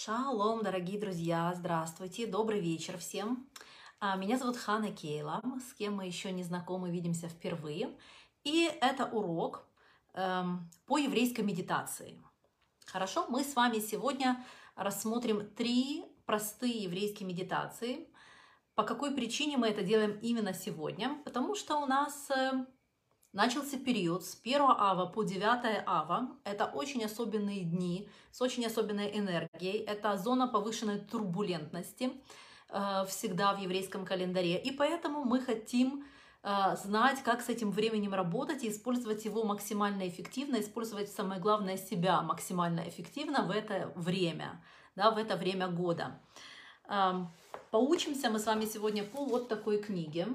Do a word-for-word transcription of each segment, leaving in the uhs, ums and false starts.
Шалом, дорогие друзья, здравствуйте, добрый вечер всем. А, Меня зовут Хана Кейла, с кем мы еще не знакомы, видимся впервые. И это урок эм, по еврейской медитации. Хорошо, мы с вами сегодня рассмотрим три простые еврейские медитации. По какой причине мы это делаем именно сегодня? Потому что у нас э, начался период с первого ава по девятое ава. Это очень особенные дни с очень особенной энергией. Это зона повышенной турбулентности э, всегда в еврейском календаре. И поэтому мы хотим э, знать, как с этим временем работать и использовать его максимально эффективно, использовать, самое главное, себя максимально эффективно в это время, да, в это время года. Э, Поучимся мы с вами сегодня по вот такой книге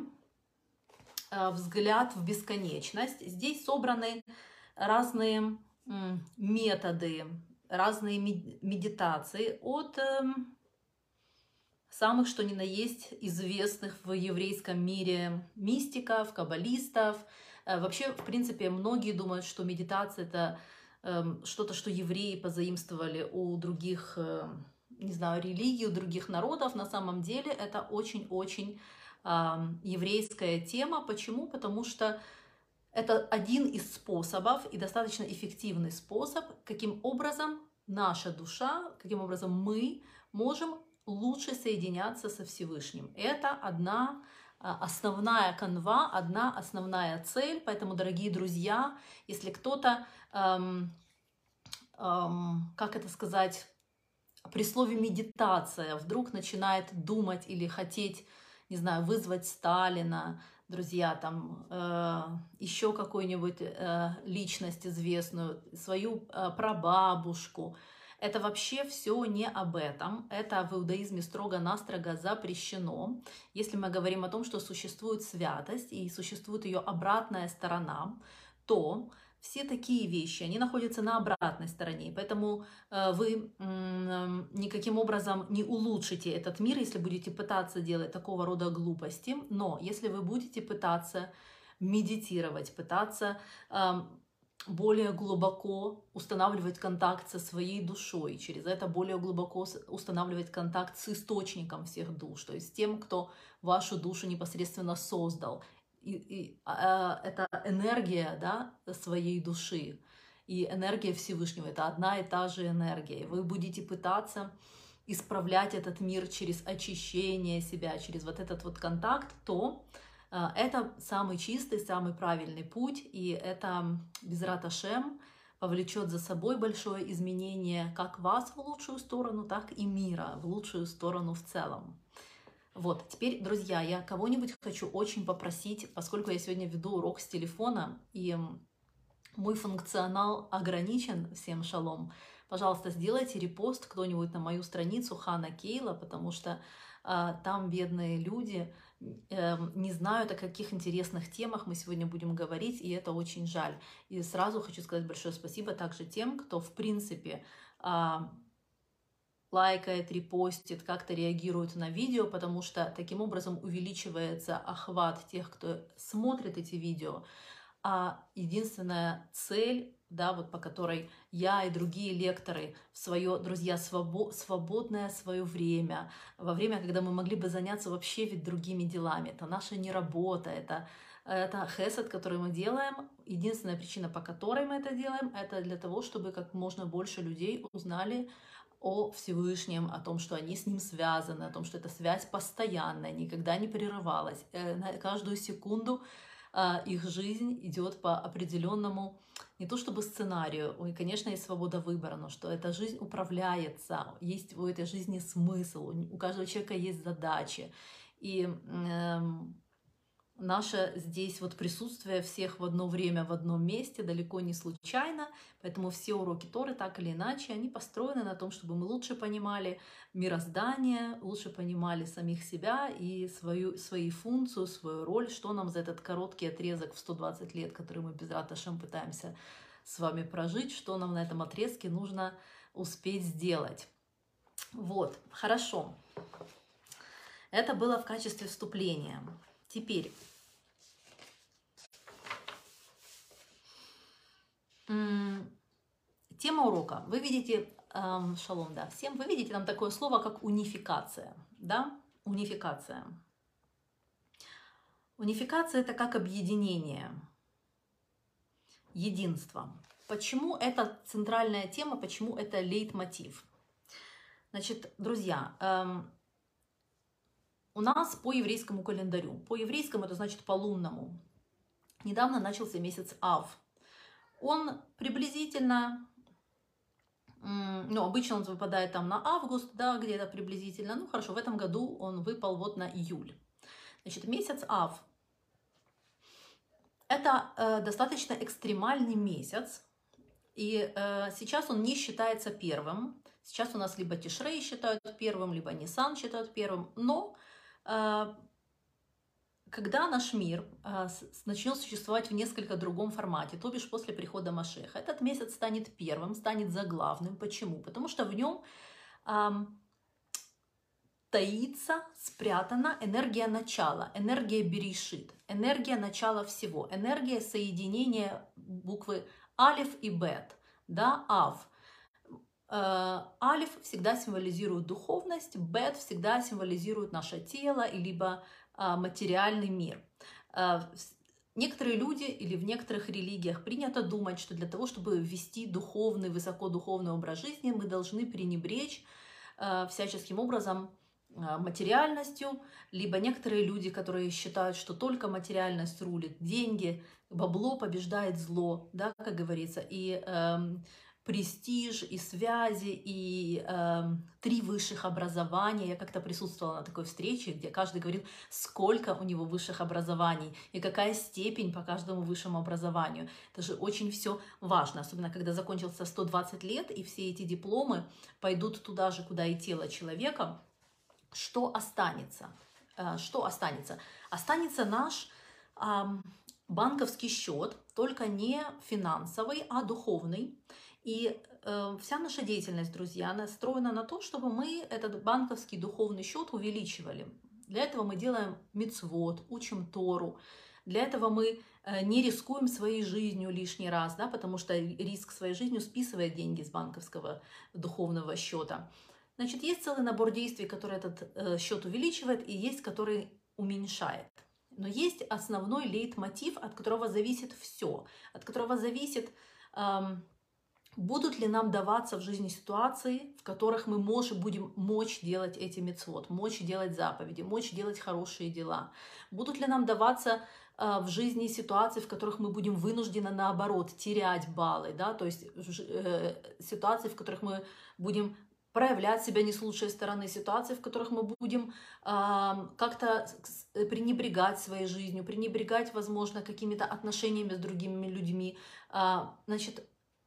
«Взгляд в бесконечность». Здесь собраны разные методы, разные медитации от самых, что ни на есть, известных в еврейском мире мистиков, каббалистов. Вообще, в принципе, многие думают, что медитация — это что-то, что евреи позаимствовали у других, не знаю, религий, у других народов. На самом деле это очень-очень еврейская тема. Почему? Потому что это один из способов и достаточно эффективный способ, каким образом наша душа, каким образом мы можем лучше соединяться со Всевышним. Это одна основная канва, одна основная цель. Поэтому, дорогие друзья, если кто-то, эм, эм, как это сказать, при слове медитация вдруг начинает думать или хотеть, не знаю, вызвать Сталина, друзья, там, э, еще какую-нибудь э, личность известную, свою э, прабабушку. Это вообще все не об этом. Это в иудаизме строго-настрого запрещено. Если мы говорим о том, что существует святость и существует ее обратная сторона, то все такие вещи, они находятся на обратной стороне, поэтому э, вы э, никаким образом не улучшите этот мир, если будете пытаться делать такого рода глупости. Но если вы будете пытаться медитировать, пытаться э, более глубоко устанавливать контакт со своей душой, через это более глубоко устанавливать контакт с источником всех душ, то есть с тем, кто вашу душу непосредственно создал. И, и а, это энергия, да, своей души и энергия Всевышнего. Это одна и та же энергия. Вы будете пытаться исправлять этот мир через очищение себя, через вот этот вот контакт, то а, это самый чистый, самый правильный путь. И это Безрат Ашем повлечет за собой большое изменение как вас в лучшую сторону, так и мира в лучшую сторону в целом. Вот, теперь, друзья, я кого-нибудь хочу очень попросить, поскольку я сегодня веду урок с телефона, и мой функционал ограничен, всем шалом, пожалуйста, сделайте репост кто-нибудь на мою страницу Хана Кейла, потому что э, там бедные люди э, не знают, о каких интересных темах мы сегодня будем говорить, и это очень жаль. И сразу хочу сказать большое спасибо также тем, кто, в принципе, э, лайкает, репостит, как-то реагирует на видео, потому что таким образом увеличивается охват тех, кто смотрит эти видео. А единственная цель, да, вот по которой я и другие лекторы в свое, друзья, свобо- свободное свое время, во время, когда мы могли бы заняться вообще ведь другими делами, это наша не работа, это, это хесед, который мы делаем. Единственная причина, по которой мы это делаем, это для того, чтобы как можно больше людей узнали о Всевышнем, о том, что они с Ним связаны, о том, что эта связь постоянная, никогда не прерывалась. На каждую секунду их жизнь идет по определенному, не то чтобы сценарию, и, конечно, есть свобода выбора, но что эта жизнь управляется, есть у этой жизни смысл, у каждого человека есть задачи. И эм, наше здесь вот присутствие всех в одно время, в одном месте далеко не случайно, поэтому все уроки Торы, так или иначе, они построены на том, чтобы мы лучше понимали мироздание, лучше понимали самих себя и свою, свою функцию, свою роль, что нам за этот короткий отрезок в сто двадцать лет, который мы Безрат Ашем пытаемся с вами прожить, что нам на этом отрезке нужно успеть сделать. Вот, хорошо. Это было в качестве вступления. Теперь тема Тема урока. Вы видите, эм, шалом, да, всем, вы видите там такое слово, как унификация, да, унификация. Унификация – это как объединение, единство. Почему это центральная тема, почему это лейтмотив? Значит, друзья, эм, у нас по еврейскому календарю, по еврейскому это значит по лунному, недавно начался месяц Ав. Он приблизительно, ну, обычно он выпадает там на август, да, где-то приблизительно. Ну, хорошо, в этом году он выпал вот на июль. Значит, месяц Ав – это э, достаточно экстремальный месяц, и э, сейчас он не считается первым. Сейчас у нас либо Тишрей считают первым, либо Нисан считают первым, но э, когда наш мир э, начнет существовать в несколько другом формате, то бишь после прихода Машеха, этот месяц станет первым, станет заглавным. Почему? Потому что в нем э, таится, спрятана энергия начала, энергия Берешит, энергия начала всего, энергия соединения буквы Алиф и Бет, да, Ав. Алиф всегда символизирует духовность, Бет всегда символизирует наше тело, либо материальный мир. Некоторые люди или в некоторых религиях принято думать, что для того, чтобы ввести духовный, высокодуховный образ жизни, мы должны пренебречь всяческим образом материальностью, либо некоторые люди, которые считают, что только материальность рулит, деньги, бабло побеждает зло, да, как говорится, и эм, престиж, и связи, и эм, три высших образования. Я как-то присутствовала на такой встрече, где каждый говорил, сколько у него высших образований и какая степень по каждому высшему образованию. Это же очень все важно, особенно когда закончился сто двадцать лет, и все эти дипломы пойдут туда же, куда и тело человека. Что останется? Что останется? Останется наш эм, банковский счет, только не финансовый, а духовный. И э, вся наша деятельность, друзья, настроена на то, чтобы мы этот банковский духовный счет увеличивали. Для этого мы делаем мицвот, учим Тору. Для этого мы э, не рискуем своей жизнью лишний раз, да, потому что риск своей жизнью списывает деньги с банковского духовного счета. Значит, есть целый набор действий, который этот э, счет увеличивает, и есть, который уменьшает. Но есть основной лейтмотив, от которого зависит все, от которого зависит, эм, будут ли нам даваться в жизни ситуации, в которых мы можем, будем мочь делать эти мицвот, мочь делать заповеди, мочь делать хорошие дела. Будут ли нам даваться э, в жизни ситуации, в которых мы будем вынуждены, наоборот, терять баллы, да? То есть э, ситуации, в которых мы будем проявлять себя не с лучшей стороны, ситуации, в которых мы будем э, как-то пренебрегать своей жизнью, пренебрегать, возможно, какими-то отношениями с другими людьми. Э, значит,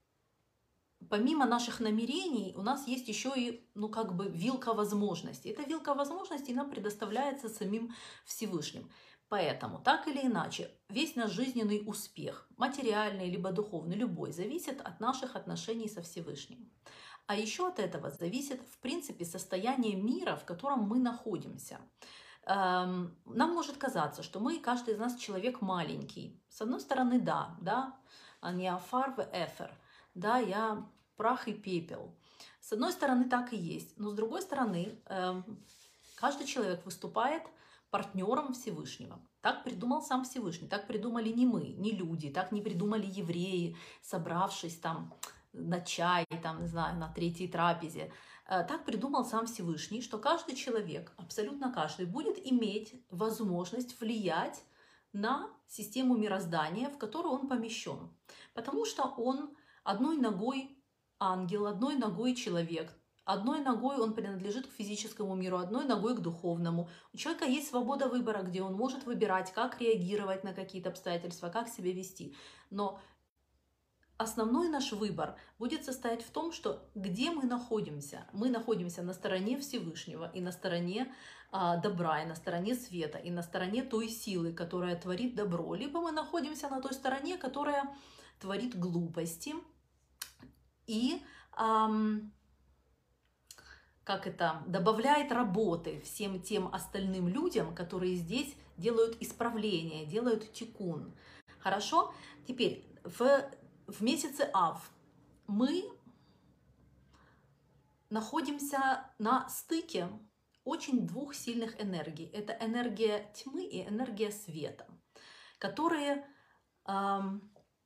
помимо наших намерений, у нас есть еще и, ну, как бы вилка возможностей. Эта вилка возможностей нам предоставляется самим Всевышним. Поэтому, так или иначе, весь наш жизненный успех, материальный либо духовный, любой, зависит от наших отношений со Всевышним. А еще от этого зависит, в принципе, состояние мира, в котором мы находимся. Нам может казаться, что мы, каждый из нас человек маленький. С одной стороны, да, да, не афар в эфер, да, я прах и пепел. С одной стороны, так и есть. Но с другой стороны, каждый человек выступает партнером Всевышнего. Так придумал сам Всевышний, так придумали не мы, не люди, так не придумали евреи, собравшись там на чай, там, не знаю, на третьей трапезе. Так придумал сам Всевышний, что каждый человек, абсолютно каждый, будет иметь возможность влиять на систему мироздания, в которую он помещен. Потому что он одной ногой ангел, одной ногой человек, одной ногой он принадлежит к физическому миру, одной ногой к духовному. У человека есть свобода выбора, где он может выбирать, как реагировать на какие-то обстоятельства, как себя вести. Но основной наш выбор будет состоять в том, что где мы находимся. Мы находимся на стороне Всевышнего и на стороне а, добра, и на стороне света, и на стороне той силы, которая творит добро. Либо мы находимся на той стороне, которая творит глупости и ам, как это, добавляет работы всем тем остальным людям, которые здесь делают исправления, делают тикун. Хорошо? Теперь в В месяце Ав мы находимся на стыке очень двух сильных энергий. Это энергия тьмы и энергия света, которые эм,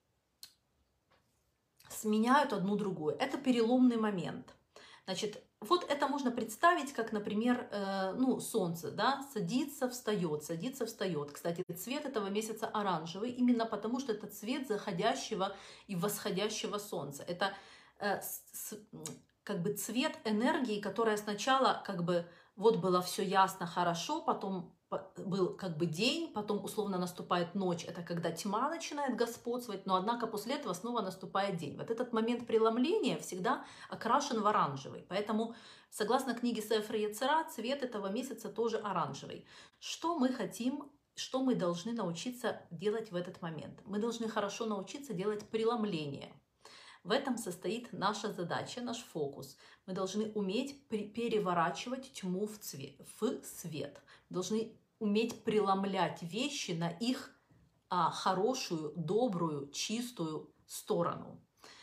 сменяют одну другую. Это переломный момент. Значит, вот это можно представить, как, например, э, ну, солнце, да, садится, встает, садится, встает. Кстати, цвет этого месяца оранжевый, именно потому что это цвет заходящего и восходящего солнца. Это э, с, как бы цвет энергии, которая сначала как бы вот было все ясно, хорошо, потом был как бы день, потом условно наступает ночь, это когда тьма начинает господствовать, но однако после этого снова наступает день. Вот этот момент преломления всегда окрашен в оранжевый, поэтому согласно книге Сефер Йецера цвет этого месяца тоже оранжевый. Что мы хотим, что мы должны научиться делать в этот момент? Мы должны хорошо научиться делать преломление. В этом состоит наша задача, наш фокус. Мы должны уметь переворачивать тьму в, цвет, в свет. Мы должны уметь преломлять вещи на их а, хорошую, добрую, чистую сторону.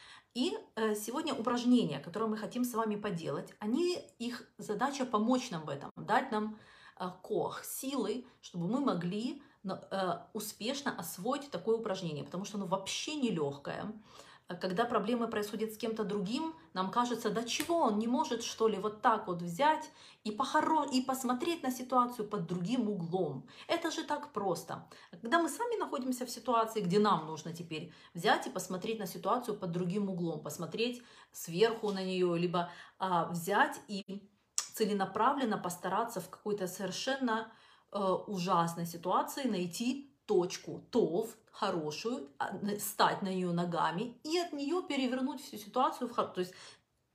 И э, сегодня упражнения, которые мы хотим с вами поделать, они, их задача помочь нам в этом, дать нам э, кох, силы, чтобы мы могли э, успешно освоить такое упражнение, потому что оно вообще нелегкое. Когда проблемы происходят с кем-то другим, нам кажется, да чего он не может, что ли, вот так вот взять и, похоро... и посмотреть на ситуацию под другим углом. Это же так просто. Когда мы сами находимся в ситуации, где нам нужно теперь взять и посмотреть на ситуацию под другим углом, посмотреть сверху на нее, либо а, взять и целенаправленно постараться в какой-то совершенно э, ужасной ситуации найти точку, тов, хорошую, стать на нее ногами и от нее перевернуть всю ситуацию в хорошую. То есть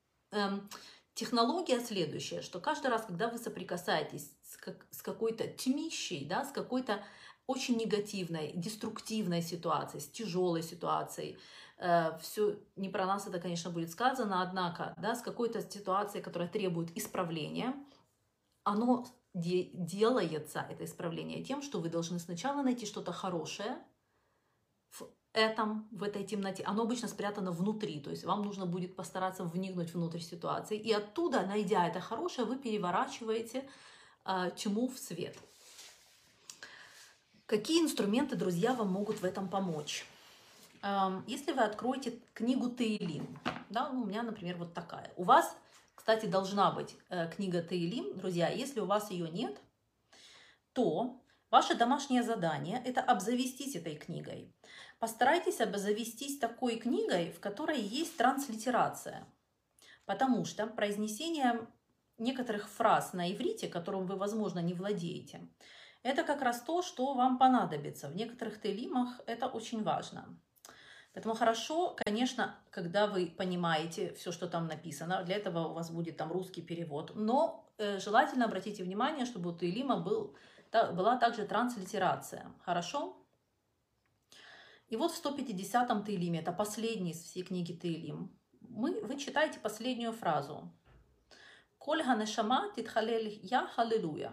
эм, технология следующая, что каждый раз, когда вы соприкасаетесь с, как, с какой-то тьмищей, да, с какой-то очень негативной, деструктивной ситуацией, с тяжелой ситуацией, э, все не про нас это, конечно, будет сказано, однако, да, с какой-то ситуацией, которая требует исправления, оно де- делается, это исправление, тем, что вы должны сначала найти что-то хорошее в этом, в этой темноте. Оно обычно спрятано внутри, то есть вам нужно будет постараться вникнуть внутрь ситуации, и оттуда, найдя это хорошее, вы переворачиваете э, тьму в свет. Какие инструменты, друзья, вам могут в этом помочь? Э, если вы откроете книгу Теилим, да, ну, у меня, например, вот такая. У вас, кстати, должна быть э, книга Теилим, друзья. Если у вас ее нет, то ваше домашнее задание – это обзавестись этой книгой. Постарайтесь обзавестись такой книгой, в которой есть транслитерация. Потому что произнесение некоторых фраз на иврите, которым вы, возможно, не владеете, это как раз то, что вам понадобится. В некоторых тейлимах это очень важно. Поэтому хорошо, конечно, когда вы понимаете все, что там написано, для этого у вас будет там русский перевод, но э, желательно обратите внимание, чтобы у тейлима был, та, была также транслитерация. Хорошо? И вот в сто пятидесятом тейлиме, это последний из всей книги Теилим, мы, вы читаете последнюю фразу. «Коль ганешама титхалель я халилуя».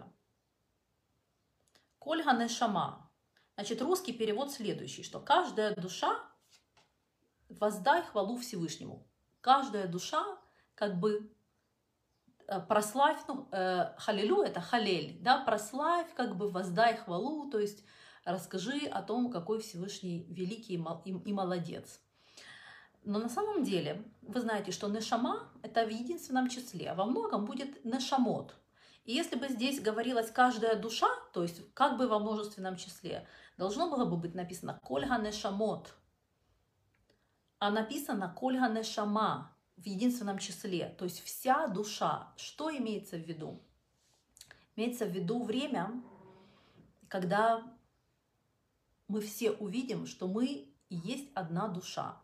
«Коль ганешама». Значит, русский перевод следующий, что каждая душа воздай хвалу Всевышнему. Каждая душа как бы прославь, ну, э, халилу это халель, да, прославь, как бы воздай хвалу, то есть расскажи о том, какой Всевышний великий и молодец. Но на самом деле, вы знаете, что нешама – это в единственном числе, а во многом будет нешамот. И если бы здесь говорилось «каждая душа», то есть как бы во множественном числе, должно было бы быть написано «кольга нешамот», а написано «кольга нешама» в единственном числе, то есть вся душа. Что имеется в виду? Имеется в виду время, когда мы все увидим, что мы и есть одна душа,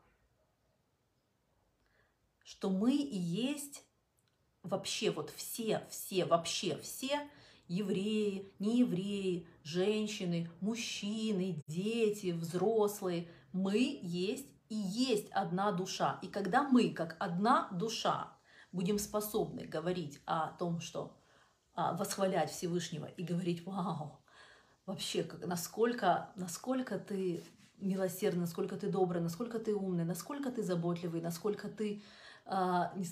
что мы и есть вообще вот все, все, вообще все евреи, неевреи, женщины, мужчины, дети, взрослые, мы есть и есть одна душа. И когда мы, как одна душа, будем способны говорить о том, что а, восхвалять Всевышнего и говорить: вау, вообще, как, насколько, насколько ты милосердный, насколько ты добрый, насколько ты умный, насколько ты заботливый, насколько ты а,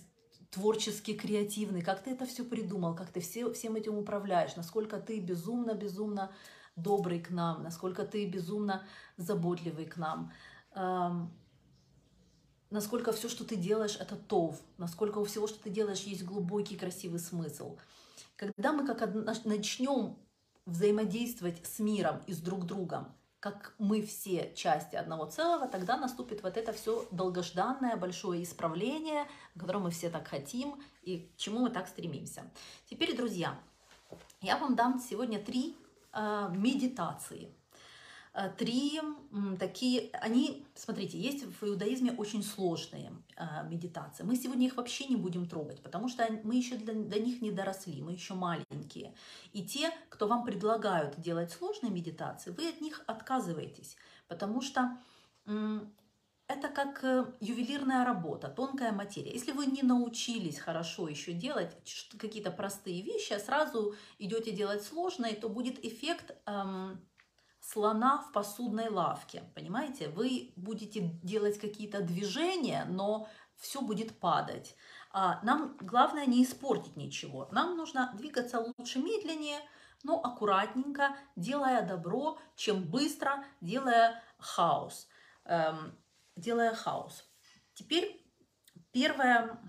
творчески креативный, как ты это все придумал, как ты все, всем этим управляешь, насколько ты безумно-безумно добрый к нам, насколько ты безумно заботливый к нам, эм, насколько все, что ты делаешь, это тов, насколько у всего, что ты делаешь, есть глубокий красивый смысл. Когда мы как одна, начнем взаимодействовать с миром и с друг другом, как мы все части одного целого, тогда наступит вот это все долгожданное большое исправление, которое мы все так хотим и к чему мы так стремимся. Теперь, друзья, я вам дам сегодня три э, медитации. Три м, такие, они, смотрите, есть в иудаизме очень сложные э, медитации. Мы сегодня их вообще не будем трогать, потому что мы еще до, до них не доросли, мы еще маленькие. И те, кто вам предлагают делать сложные медитации, вы от них отказываетесь, потому что м, это как э, ювелирная работа, тонкая материя. Если вы не научились хорошо еще делать какие-то простые вещи, а сразу идете делать сложные, то будет эффект... Эм, слона в посудной лавке, понимаете? Вы будете делать какие-то движения, но все будет падать. А нам главное не испортить ничего. Нам нужно двигаться лучше медленнее, но аккуратненько, делая добро, чем быстро, делая хаос. Эм, делая хаос. Теперь первая...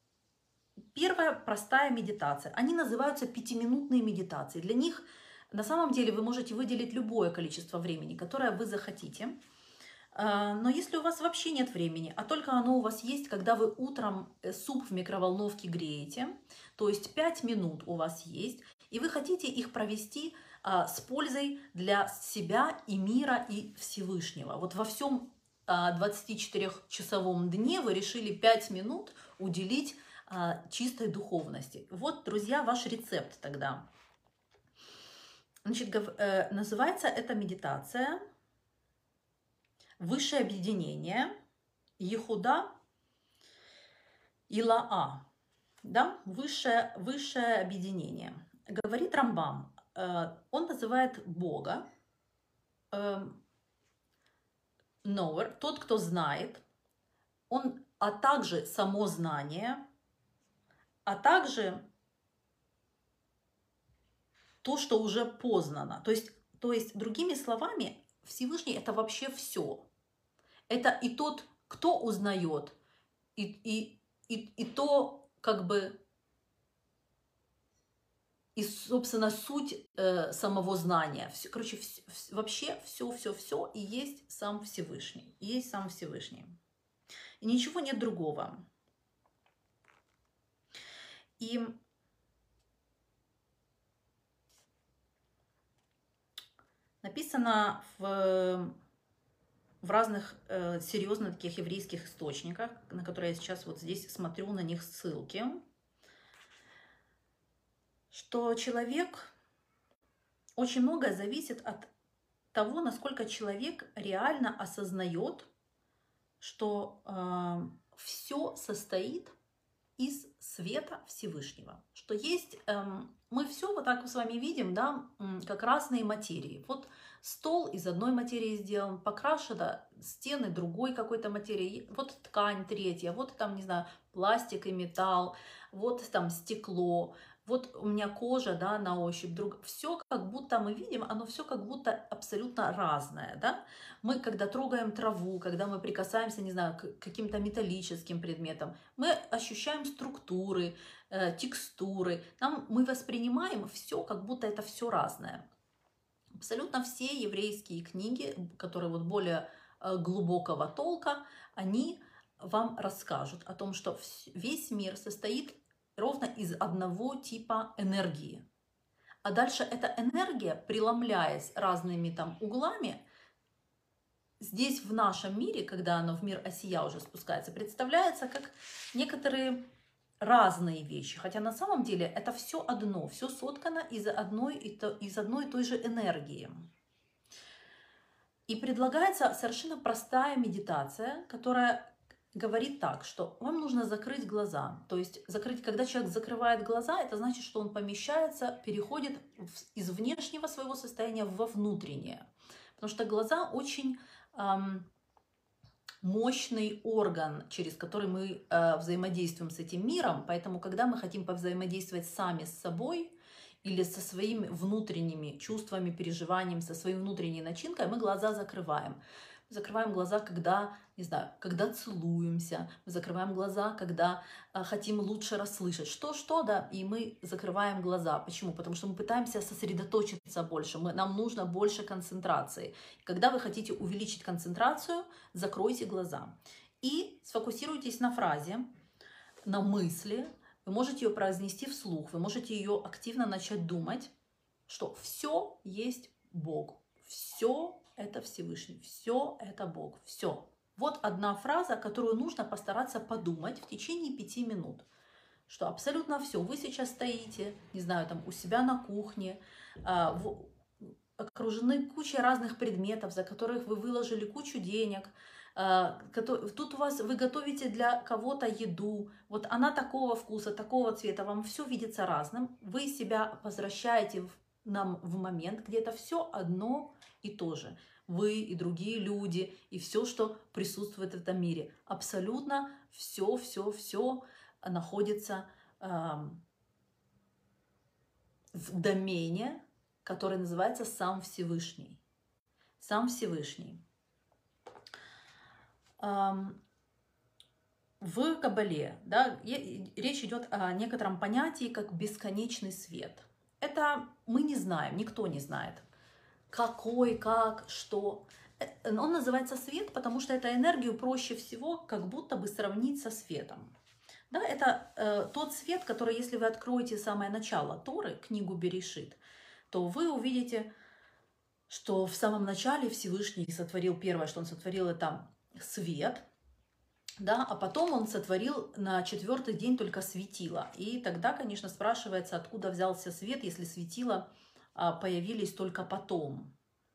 Первая простая медитация. Они называются пятиминутные медитации. Для них на самом деле вы можете выделить любое количество времени, которое вы захотите. Но если у вас вообще нет времени, а только оно у вас есть, когда вы утром суп в микроволновке греете, то есть пять минут у вас есть, и вы хотите их провести с пользой для себя и мира и Всевышнего. Вот во всем двадцатичетырёхчасовом дне вы решили пять минут уделить чистой духовности. Вот, друзья, ваш рецепт тогда. Значит, называется эта медитация «Высшее объединение Ехуда Илаа». Да? Высшее, высшее объединение. Говорит Рамбам, он называет Бога knower, тот, кто знает, он, а также само знание, а также то, что уже познано. То есть, то есть, другими словами, Всевышний – это вообще все. Это и тот, кто узнает, и, и, и, и то, как бы, и, собственно, суть э, самого знания. Все, короче, все, вообще все-все-все и есть сам Всевышний. И есть сам Всевышний. И ничего нет другого. И написано в, в разных э, серьезно таких еврейских источниках, на которые я сейчас вот здесь смотрю, на них ссылки, что человек, очень многое зависит от того, насколько человек реально осознает, что э, все состоит из света Всевышнего. Что есть, эм, мы все вот так с вами видим, да, как разные материи. Вот стол из одной материи сделан, покрашено стены другой какой-то материи, вот ткань третья, вот там, не знаю, пластик и металл, вот там стекло, вот у меня кожа, да, на ощупь, друг... все как будто мы видим, оно все как будто абсолютно разное, да. Мы, когда трогаем траву, когда мы прикасаемся, не знаю, к каким-то металлическим предметам, мы ощущаем структуры, э, текстуры, нам, мы воспринимаем все, как будто это все разное. Абсолютно все еврейские книги, которые вот более э, глубокого толка, они вам расскажут о том, что весь мир состоит ровно из одного типа энергии. А дальше эта энергия, преломляясь разными там углами, здесь в нашем мире, когда она в мир осия уже спускается, представляется как некоторые разные вещи. Хотя на самом деле это все одно, все соткано из одной, из одной и той же энергии. И предлагается совершенно простая медитация, которая говорит так, что вам нужно закрыть глаза. То есть закрыть, когда человек закрывает глаза, это значит, что он помещается, переходит из внешнего своего состояния во внутреннее. Потому что глаза очень, эм, мощный орган, через который мы э, взаимодействуем с этим миром. Поэтому, когда мы хотим повзаимодействовать сами с собой или со своими внутренними чувствами, переживаниями, со своей внутренней начинкой, мы глаза закрываем. Закрываем глаза, когда, не знаю, когда целуемся, мы закрываем глаза, когда э, хотим лучше расслышать. Что-что, да, и мы закрываем глаза. Почему? Потому что мы пытаемся сосредоточиться больше, мы, нам нужно больше концентрации. Когда вы хотите увеличить концентрацию, закройте глаза и сфокусируйтесь на фразе, на мысли. Вы можете ее произнести вслух, вы можете ее активно начать думать, что все есть Бог, все это Всевышний, все это Бог, все. Вот одна фраза, которую нужно постараться подумать в течение пяти минут, что абсолютно все. Вы сейчас стоите, не знаю, там у себя на кухне, окружены кучей разных предметов, за которых вы выложили кучу денег. Тут у вас, вы готовите для кого-то еду, вот она такого вкуса, такого цвета, вам все видится разным. Вы себя возвращаете в, нам в момент, где это все одно и то же. Вы и другие люди, и все, что присутствует в этом мире. Абсолютно все, все, все находится э, в домене, который называется Сам Всевышний. Сам Всевышний. Эм, в Кабале, да, речь идет о некотором понятии, как бесконечный свет. Это мы не знаем, никто не знает. Какой, как, что. Он называется свет, потому что эту энергию проще всего как будто бы сравнить со светом. Да, это э, тот свет, который, если вы откроете самое начало Торы, книгу Берешит, то вы увидите, что в самом начале Всевышний сотворил, первое, что он сотворил, это свет, да, а потом он сотворил на четвертый день только светило. И тогда, конечно, спрашивается, откуда взялся свет, если светило появились только потом.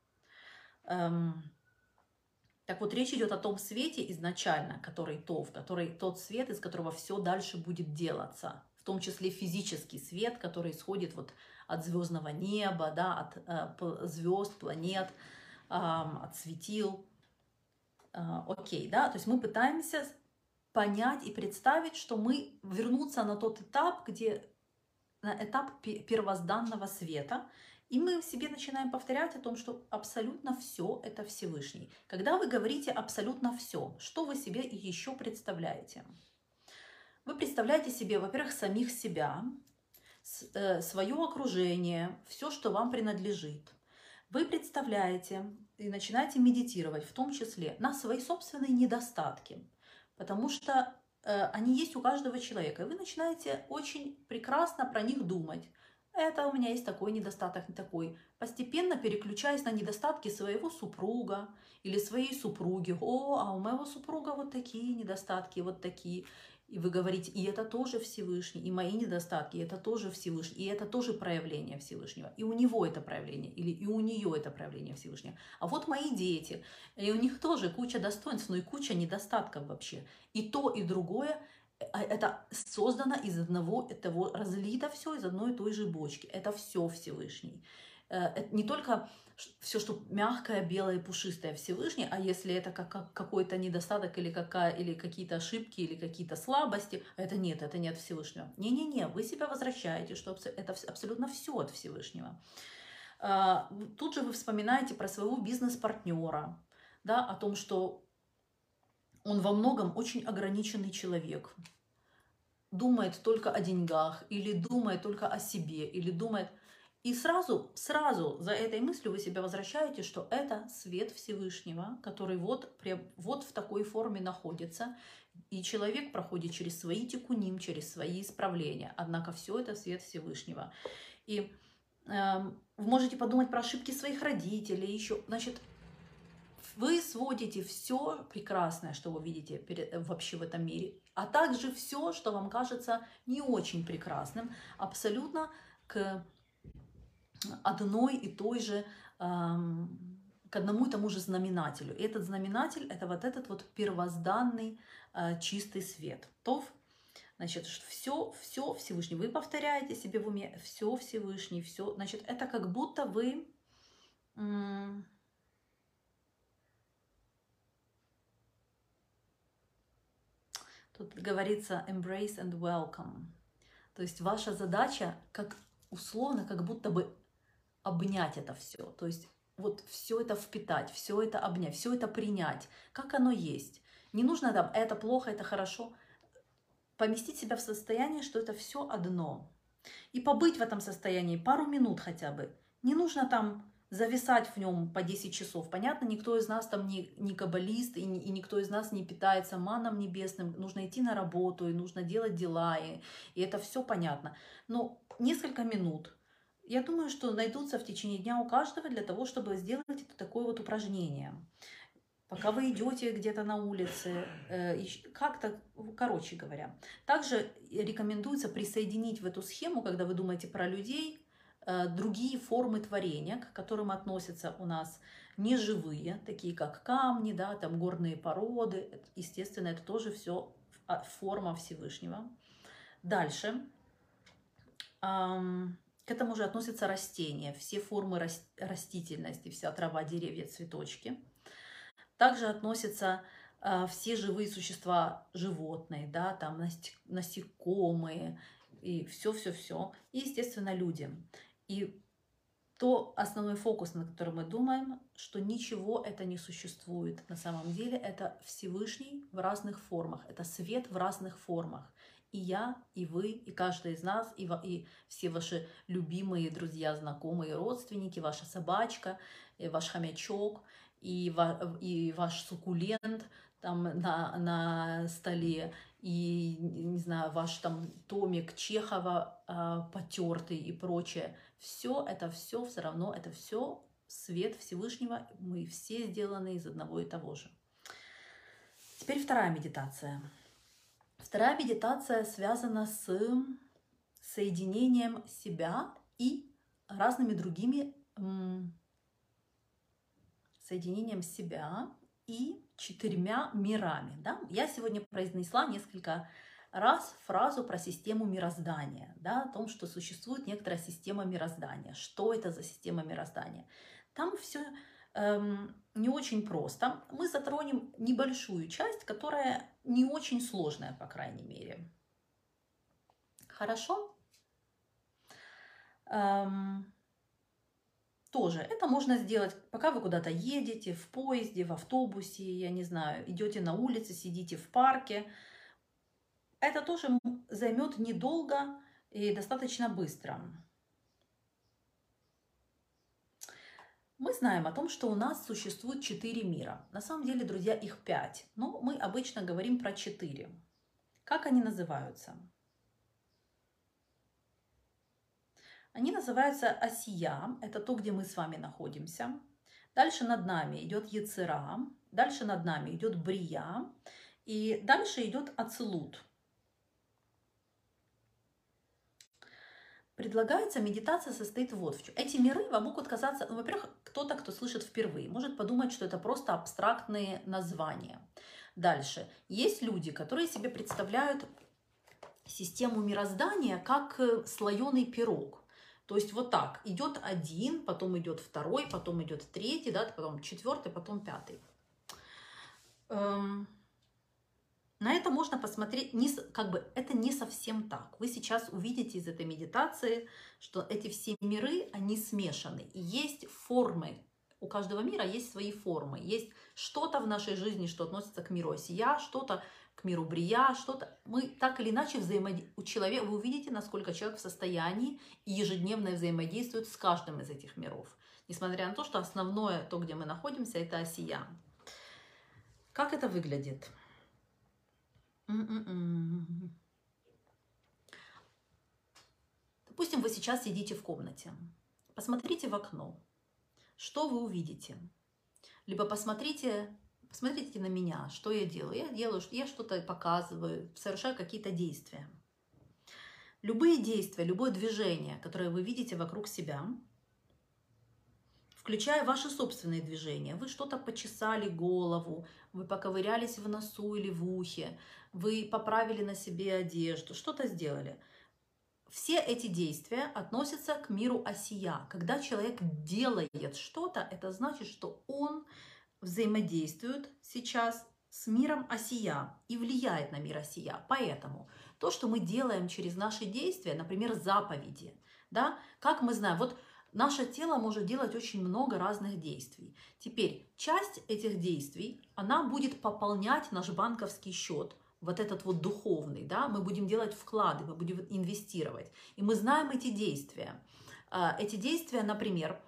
Эм, так вот, речь идет о том свете изначально, который тов, который тот свет, из которого все дальше будет делаться, в том числе физический свет, который исходит вот от звездного неба, да, от э, звезд, планет, э, от светил. Э, окей, да, то есть мы пытаемся понять и представить, что мы вернуться на тот этап, где на этап первозданного света, и мы в себе начинаем повторять о том, что абсолютно все это Всевышний. Когда вы говорите абсолютно все, что вы себе еще представляете? Вы представляете себе, во-первых, самих себя, свое окружение, все, что вам принадлежит. Вы представляете и начинаете медитировать, в том числе на свои собственные недостатки, потому что они есть у каждого человека, и вы начинаете очень прекрасно про них думать. Это у меня есть такой недостаток, не такой. Постепенно переключаясь на недостатки своего супруга или своей супруги. О, а у моего супруга вот такие недостатки, вот такие. И вы говорите, и это тоже Всевышний, и мои недостатки, и это тоже Всевышний, и это тоже проявление Всевышнего. И у него это проявление, или и у нее это проявление Всевышнего. А вот мои дети, и у них тоже куча достоинств, но и куча недостатков вообще. И то, и другое, это создано из одного, того, разлито все из одной и той же бочки. Это все Всевышний. Это не только все, что мягкое, белое, пушистое Всевышний, а если это как, какой-то недостаток или, какая, или какие-то ошибки, или какие-то слабости, это нет, это не от Всевышнего. Не-не-не, вы себя возвращаете, что это абсолютно все от Всевышнего. Тут же вы вспоминаете про своего бизнес-партнера, да, о том, что он во многом очень ограниченный человек, думает только о деньгах, или думает только о себе, или думает... И сразу, сразу за этой мыслью вы себя возвращаете, что это свет Всевышнего, который вот, вот в такой форме находится, и человек проходит через свои тикуним, через свои исправления. Однако все это свет Всевышнего. И э, вы можете подумать про ошибки своих родителей, еще, значит, вы сводите все прекрасное, что вы видите вообще в этом мире, а также все, что вам кажется не очень прекрасным, абсолютно к одной и той же, эм, к одному и тому же знаменателю. И этот знаменатель – это вот этот вот первозданный э, чистый свет. Тов, значит, все, все Всевышний. Вы повторяете себе в уме все Всевышний, все. Значит, это как будто вы... М- Тут говорится embrace and welcome. То есть ваша задача, как условно, как будто бы обнять это все. То есть вот все это впитать, все это обнять, все это принять, как оно есть. Не нужно там это плохо, это хорошо. Поместить себя в состояние, что это все одно. И побыть в этом состоянии пару минут хотя бы. Не нужно там зависать в нем по десять часов. Понятно, никто из нас там не, не каббалист, и, не, и никто из нас не питается маном небесным. Нужно идти на работу, и нужно делать дела, и, и это все понятно. Но несколько минут, я думаю, что найдутся в течение дня у каждого для того, чтобы сделать это такое вот упражнение. Пока вы идете где-то на улице, э, как-то, короче говоря. Также рекомендуется присоединить в эту схему, когда вы думаете про людей, э, другие формы творения, к которым относятся у нас неживые, такие как камни, да, там горные породы. Естественно, это тоже все форма Всевышнего. Дальше. Эм, к этому же относятся растения, все формы растительности, вся трава, деревья, цветочки. Также относятся э, все живые существа, животные, да, там насекомые и все-все-все. И, естественно, люди. И то основной фокус, на который мы думаем, что ничего это не существует. На самом деле это Всевышний в разных формах, это свет в разных формах. И я, и вы, и каждый из нас, и, и все ваши любимые друзья, знакомые, родственники, ваша собачка, и ваш хомячок, и, и ваш суккулент там на, на столе, и, не знаю, ваш там томик Чехова э, потертый и прочее. Все это все все равно, это все свет Всевышнего. Мы все сделаны из одного и того же. Теперь вторая медитация. Вторая медитация связана с соединением себя и разными другими соединением себя и четырьмя мирами. Да? Я сегодня произнесла несколько раз фразу про систему мироздания, да, о том, что существует некоторая система мироздания. Что это за система мироздания? Там все эм, не очень просто. Мы затронем небольшую часть, которая не очень сложная, по крайней мере. Хорошо? Эм, Тоже это можно сделать, пока вы куда-то едете, в поезде, в автобусе, я не знаю, идете на улице, сидите в парке. Это тоже займет недолго и достаточно быстро. Мы знаем о том, что у нас существует четыре мира. На самом деле, друзья, их пять, но мы обычно говорим про четыре. Как они называются? Они называются Осия, это то, где мы с вами находимся. Дальше над нами идет Ецера, дальше над нами идет Брия, и дальше идет Ацилут. Предлагается, медитация состоит вот в чем. Эти миры вам могут казаться, ну, во-первых, кто-то, кто слышит впервые, может подумать, что это просто абстрактные названия. Дальше. Есть люди, которые себе представляют систему мироздания как слоеный пирог. То есть вот так, идет один, потом идет второй, потом идет третий, да, потом четвертый, потом пятый. Эм, на это можно посмотреть, не, как бы это не совсем так. Вы сейчас увидите из этой медитации, что эти все миры, они смешаны. И есть формы, у каждого мира есть свои формы. Есть что-то в нашей жизни, что относится к миру Осия, что-то к миру Брия, что-то. Мы так или иначе взаимодействуем. У человека, вы увидите, насколько человек в состоянии и ежедневно взаимодействует с каждым из этих миров. Несмотря на то, что основное, то, где мы находимся, это Осия. Как это выглядит? Допустим, вы сейчас сидите в комнате. Посмотрите в окно. Что вы увидите? Либо посмотрите... Посмотрите на меня, что я делаю. Я делаю, я что-то показываю, совершаю какие-то действия. Любые действия, любое движение, которое вы видите вокруг себя, включая ваши собственные движения. Вы что-то почесали голову, вы поковырялись в носу или в ухе, вы поправили на себе одежду, что-то сделали. Все эти действия относятся к миру Осия. Когда человек делает что-то, это значит, что он взаимодействует сейчас с миром осия и влияет на мир осия. Поэтому то, что мы делаем через наши действия, например, заповеди, да, как мы знаем, вот наше тело может делать очень много разных действий. Теперь часть этих действий, она будет пополнять наш банковский счет, вот этот вот духовный, да, мы будем делать вклады, мы будем инвестировать. И мы знаем эти действия. Эти действия, например,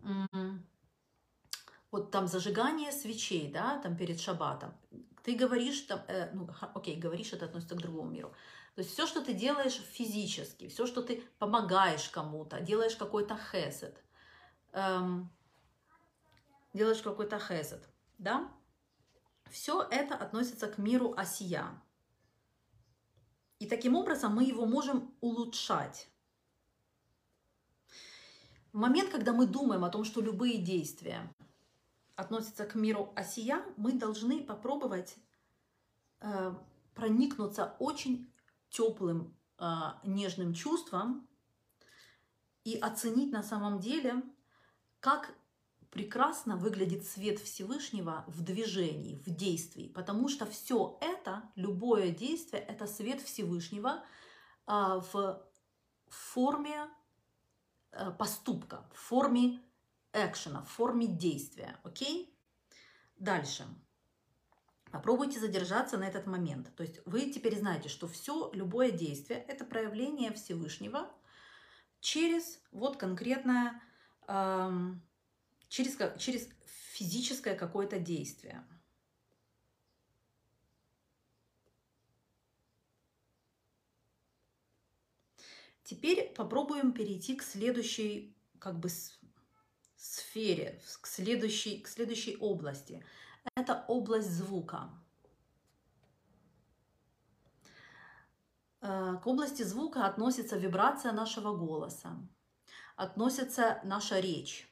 вот там зажигание свечей, да, там перед шаббатом. Ты говоришь, там, э, ну, окей, говоришь, это относится к другому миру. То есть все, что ты делаешь физически, все, что ты помогаешь кому-то, делаешь какой-то хесед, эм, делаешь какой-то хесед, да, все это относится к миру осия. И таким образом мы его можем улучшать. В момент, когда мы думаем о том, что любые действия относятся к миру осия, мы должны попробовать э, проникнуться очень теплым, э, нежным чувством и оценить на самом деле, как прекрасно выглядит свет Всевышнего в движении, в действии. Потому что все это, любое действие, это свет Всевышнего э, в форме э, поступка, в форме экшена, в форме действия. Окей? Дальше. Попробуйте задержаться на этот момент. То есть вы теперь знаете, что все, любое действие – это проявление Всевышнего через вот конкретное, эм, через, через физическое какое-то действие. Теперь попробуем перейти к следующей, как бы, сфере, к следующей, к следующей области. Это область звука. К области звука относится вибрация нашего голоса, относится наша речь.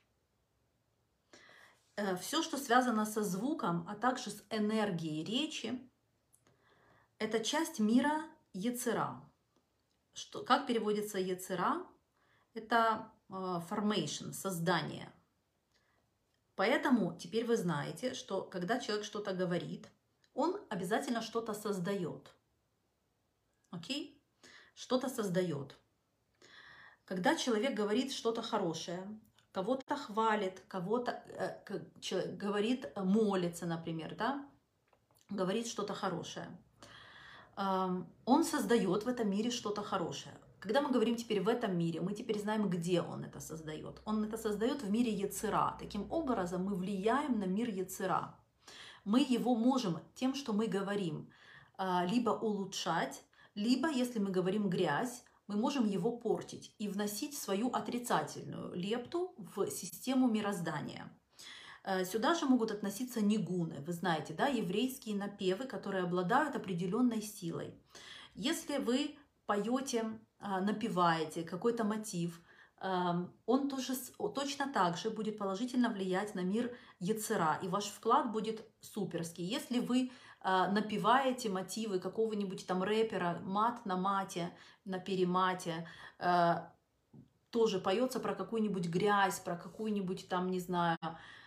Все, что связано со звуком, а также с энергией речи, это часть мира Йецера. Что, как переводится Йецера? Это formation, создание. Поэтому теперь вы знаете, что когда человек что-то говорит, он обязательно что-то создает. Окей? Что-то создает. Когда человек говорит что-то хорошее, кого-то хвалит, кого-то э, говорит, молится, например, да, говорит что-то хорошее, э, он создает в этом мире что-то хорошее. Когда мы говорим теперь в этом мире, мы теперь знаем, где он это создает. Он это создает в мире Йецера. Таким образом, мы влияем на мир Йецера. Мы его можем тем, что мы говорим, либо улучшать, либо, если мы говорим грязь, мы можем его портить и вносить свою отрицательную лепту в систему мироздания. Сюда же могут относиться нигуны. Вы знаете, да, еврейские напевы, которые обладают определенной силой. Если вы поете, напеваете какой-то мотив, он тоже, точно так же будет положительно влиять на мир Йецера, и ваш вклад будет суперский. Если вы напеваете мотивы какого-нибудь там рэпера, мат на мате, на перемате, тоже поется про какую-нибудь грязь, про какую-нибудь там, не знаю,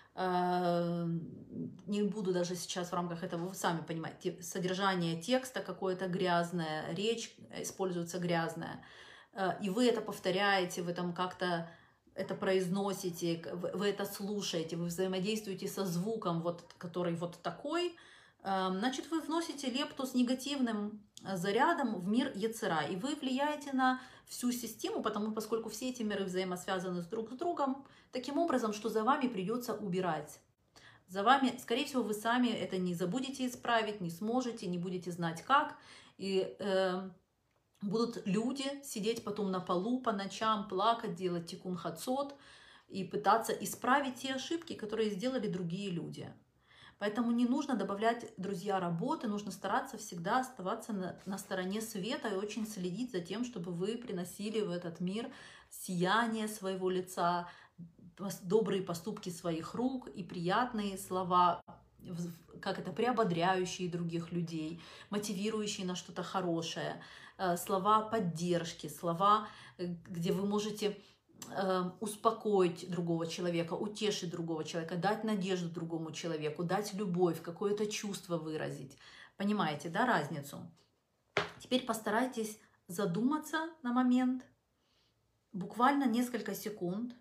не буду даже сейчас в рамках этого, вы сами понимаете, содержание текста какое-то грязное, речь используется грязная, и вы это повторяете, вы там как-то это произносите, вы это слушаете, вы взаимодействуете со звуком, вот, который вот такой, значит, вы вносите лепту с негативным зарядом в мир Йецера, и вы влияете на всю систему, потому поскольку все эти миры взаимосвязаны друг с другом, таким образом, что за вами придется убирать. За вами, скорее всего, вы сами это не забудете исправить, не сможете, не будете знать как, и э, будут люди сидеть потом на полу по ночам, плакать, делать тикун хацот и пытаться исправить те ошибки, которые сделали другие люди. Поэтому не нужно добавлять, друзья, работы, нужно стараться всегда оставаться на, на стороне света и очень следить за тем, чтобы вы приносили в этот мир сияние своего лица, добрые поступки своих рук и приятные слова, как это, приободряющие других людей, мотивирующие на что-то хорошее, слова поддержки, слова, где вы можете э, успокоить другого человека, утешить другого человека, дать надежду другому человеку, дать любовь, какое-то чувство выразить. Понимаете, да, разницу? Теперь постарайтесь задуматься на момент, буквально несколько секунд,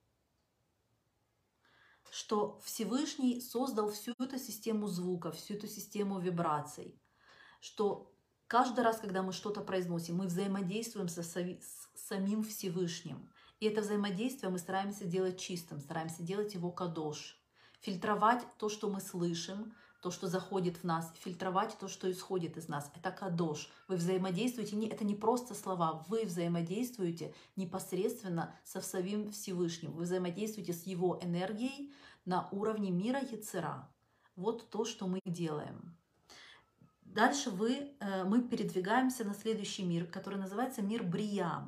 что Всевышний создал всю эту систему звука, всю эту систему вибраций, что каждый раз, когда мы что-то произносим, мы взаимодействуем со, с самим Всевышним. И это взаимодействие мы стараемся делать чистым, стараемся делать его кадош, фильтровать то, что мы слышим, то, что заходит в нас, фильтровать то, что исходит из нас. Это кадош. Вы взаимодействуете, это не просто слова, вы взаимодействуете непосредственно со самим Всевышним. Вы взаимодействуете с его энергией на уровне мира Йецера. Вот то, что мы делаем. Дальше вы, мы передвигаемся на следующий мир, который называется мир Брия.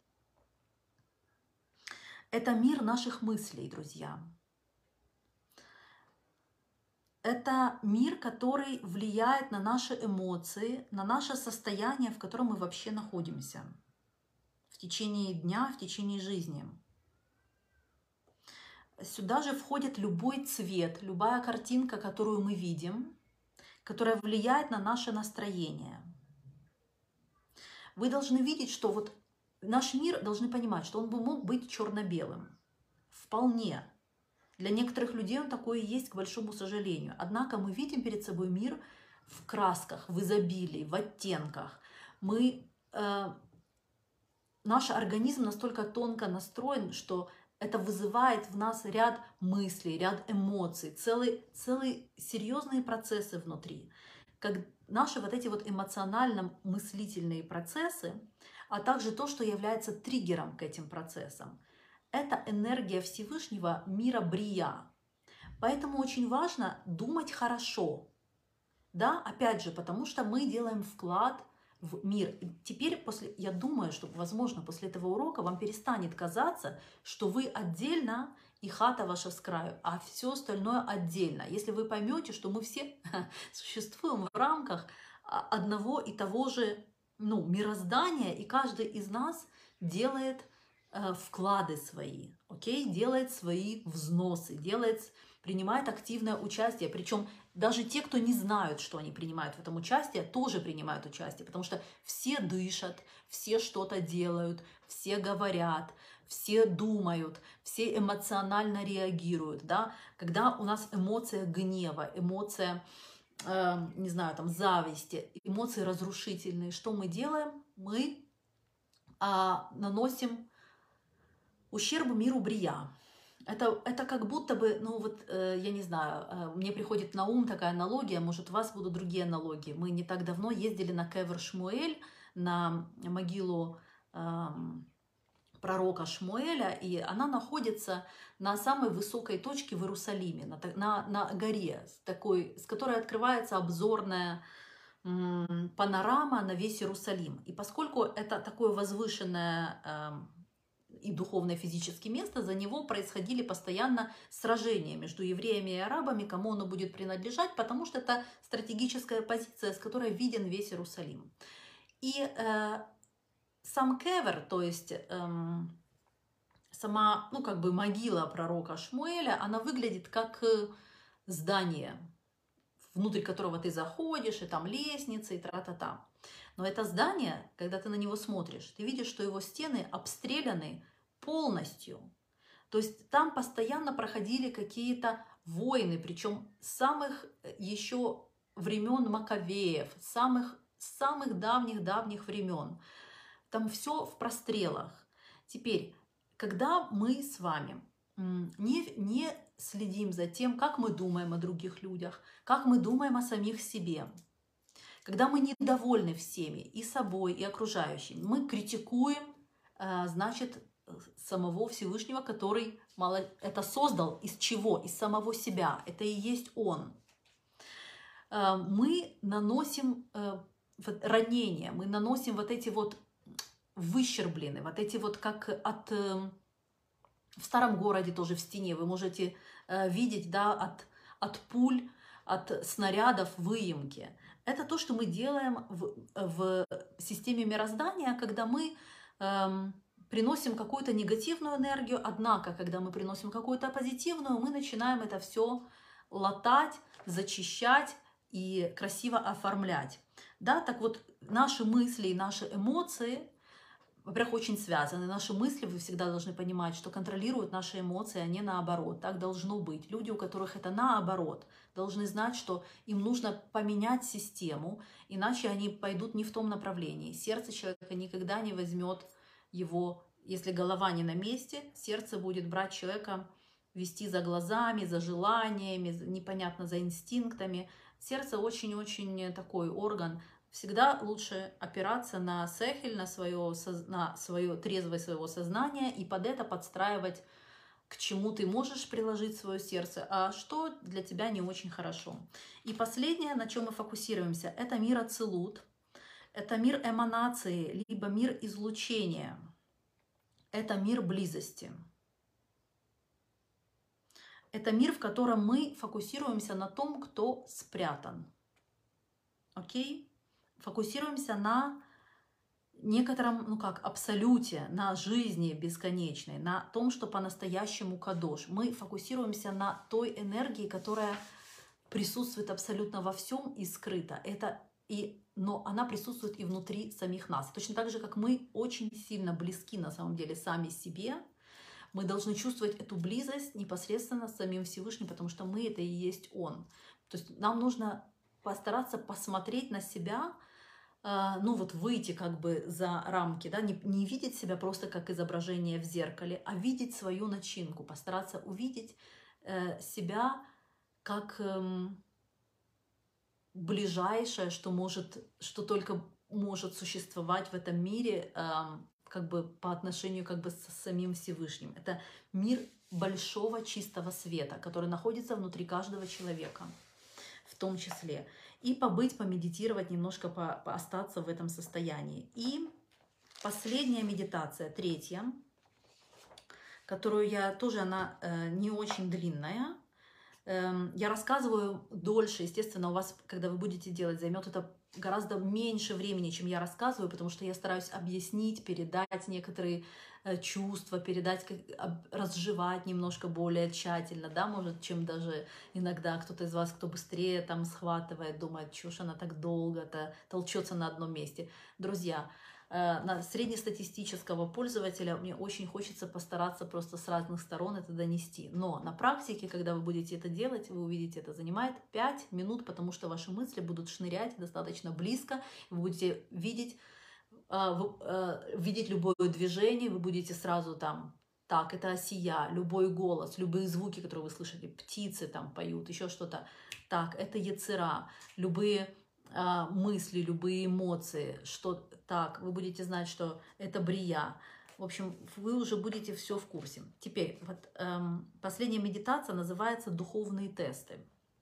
Это мир наших мыслей, друзья. Это мир, который влияет на наши эмоции, на наше состояние, в котором мы вообще находимся в течение дня, в течение жизни. Сюда же входит любой цвет, любая картинка, которую мы видим, которая влияет на наше настроение. Вы должны видеть, что вот наш мир, должны понимать, что он бы мог быть черно-белым. Вполне. Для некоторых людей он такой и есть, к большому сожалению. Однако мы видим перед собой мир в красках, в изобилии, в оттенках. Мы, э, наш организм настолько тонко настроен, что это вызывает в нас ряд мыслей, ряд эмоций, целые, целые серьезные процессы внутри. Как наши вот эти вот эмоционально-мыслительные процессы, а также то, что является триггером к этим процессам. Это энергия Всевышнего мира Брия. Поэтому очень важно думать хорошо. Да, опять же, потому что мы делаем вклад в мир. И теперь, после, я думаю, что, возможно, после этого урока вам перестанет казаться, что вы отдельно и хата ваша с краю, а все остальное отдельно. Если вы поймете, что мы все существуем в рамках одного и того же ну, мироздания, и каждый из нас делает вклады свои, окей, делает свои взносы, делает, принимает активное участие. Причем даже те, кто не знают, что они принимают в этом участие, тоже принимают участие, потому что все дышат, все что-то делают, все говорят, все думают, все эмоционально реагируют. Да? Когда у нас эмоция гнева, эмоция, э, не знаю, там, зависти, эмоции разрушительные, что мы делаем? Мы э, наносим ущерб миру Брия. Это, это как будто бы, ну вот, э, я не знаю, э, мне приходит на ум такая аналогия, может, у вас будут другие аналогии. Мы не так давно ездили на Кевер Шмуэль, на могилу э, пророка Шмуэля, и она находится на самой высокой точке в Иерусалиме, на, на, на горе, с, такой, с которой открывается обзорная э, панорама на весь Иерусалим. И поскольку это такое возвышенное э, и духовное физическое место, за него происходили постоянно сражения между евреями и арабами, кому оно будет принадлежать, потому что это стратегическая позиция, с которой виден весь Иерусалим. И э, сам Кевер, то есть э, сама, ну как бы могила пророка Шмуэля, она выглядит как здание, внутрь которого ты заходишь, и там лестница, и тра-та-та. Но это здание, когда ты на него смотришь, ты видишь, что его стены обстреляны полностью. То есть там постоянно проходили какие-то войны, причем с самых еще времен Маковеев, самых, самых давних-давних времен. Там все в прострелах. Теперь, когда мы с вами не, не следим за тем, как мы думаем о других людях, как мы думаем о самих себе, когда мы недовольны всеми, и собой, и окружающими, мы критикуем, значит, самого Всевышнего, который мало это создал. Из чего? Из самого себя. Это и есть Он. Мы наносим ранения, мы наносим вот эти вот выщерблены, вот эти вот как от... В старом городе тоже в стене вы можете видеть, да, от, от пуль, от снарядов выемки. Это то, что мы делаем в, в системе мироздания, когда мы эм, приносим какую-то негативную энергию, однако, когда мы приносим какую-то позитивную, мы начинаем это все латать, зачищать и красиво оформлять. Да, так вот, наши мысли и наши эмоции, во-первых, очень связаны. Наши мысли, вы всегда должны понимать, что контролируют наши эмоции, а не наоборот. Так должно быть. Люди, у которых это наоборот, должны знать, что им нужно поменять систему, иначе они пойдут не в том направлении. Сердце человека никогда не возьмет его, если голова не на месте, сердце будет брать человека, вести за глазами, за желаниями, непонятно, за инстинктами. Сердце очень-очень такой орган. Всегда лучше опираться на сехель, на свое, на свое трезвое своего сознания и под это подстраивать, к чему ты можешь приложить свое сердце, а что для тебя не очень хорошо. И последнее, на чем мы фокусируемся, это мир ацилут, это мир эманации, либо мир излучения, это мир близости. Это мир, в котором мы фокусируемся на том, кто спрятан. Окей? Фокусируемся на некотором, ну как, абсолюте, на жизни бесконечной, на том, что по-настоящему кадош. Мы фокусируемся на той энергии, которая присутствует абсолютно во всем и скрыта. Это и, но она присутствует и внутри самих нас. Точно так же, как мы очень сильно близки на самом деле сами себе, мы должны чувствовать эту близость непосредственно с самим Всевышним, потому что мы — это и есть Он. То есть нам нужно постараться посмотреть на себя, ну вот выйти как бы за рамки, да, не, не видеть себя просто как изображение в зеркале, а видеть свою начинку, постараться увидеть э, себя как э, ближайшее, что может, что только может существовать в этом мире, э, как бы по отношению как бы с самим Всевышним. Это мир большого чистого света, который находится внутри каждого человека, в том числе. И побыть, помедитировать, немножко по, по остаться в этом состоянии. И последняя медитация, третья, которую я тоже, она э, не очень длинная. Э, я рассказываю дольше, естественно, у вас, когда вы будете делать, займет это гораздо меньше времени, чем я рассказываю, потому что я стараюсь объяснить, передать некоторые э, чувства, передать, как, об, разжевать немножко более тщательно, да, может, чем даже иногда кто-то из вас, кто быстрее там схватывает, думает, чушь она так долго-то толчется на одном месте. Друзья, э, на среднестатистического пользователя мне очень хочется постараться просто с разных сторон это донести. Но на практике, когда вы будете это делать, вы увидите, это занимает пять минут, потому что ваши мысли будут шнырять достаточно близко, вы будете видеть, э, э, видеть любое движение, вы будете сразу там, так, это осия, любой голос, любые звуки, которые вы слышите, птицы там поют, еще что-то. Так, это яцера, любые э, мысли, любые эмоции, что так, вы будете знать, что это брия. В общем, вы уже будете все в курсе. Теперь, вот эм, последняя медитация называется «Духовные тесты».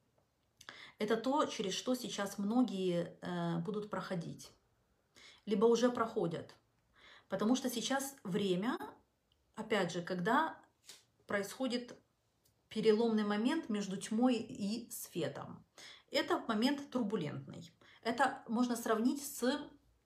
Это то, через что сейчас многие э, будут проходить, либо уже проходят. Потому что сейчас время, опять же, когда происходит переломный момент между тьмой и светом. Это момент турбулентный. Это можно сравнить с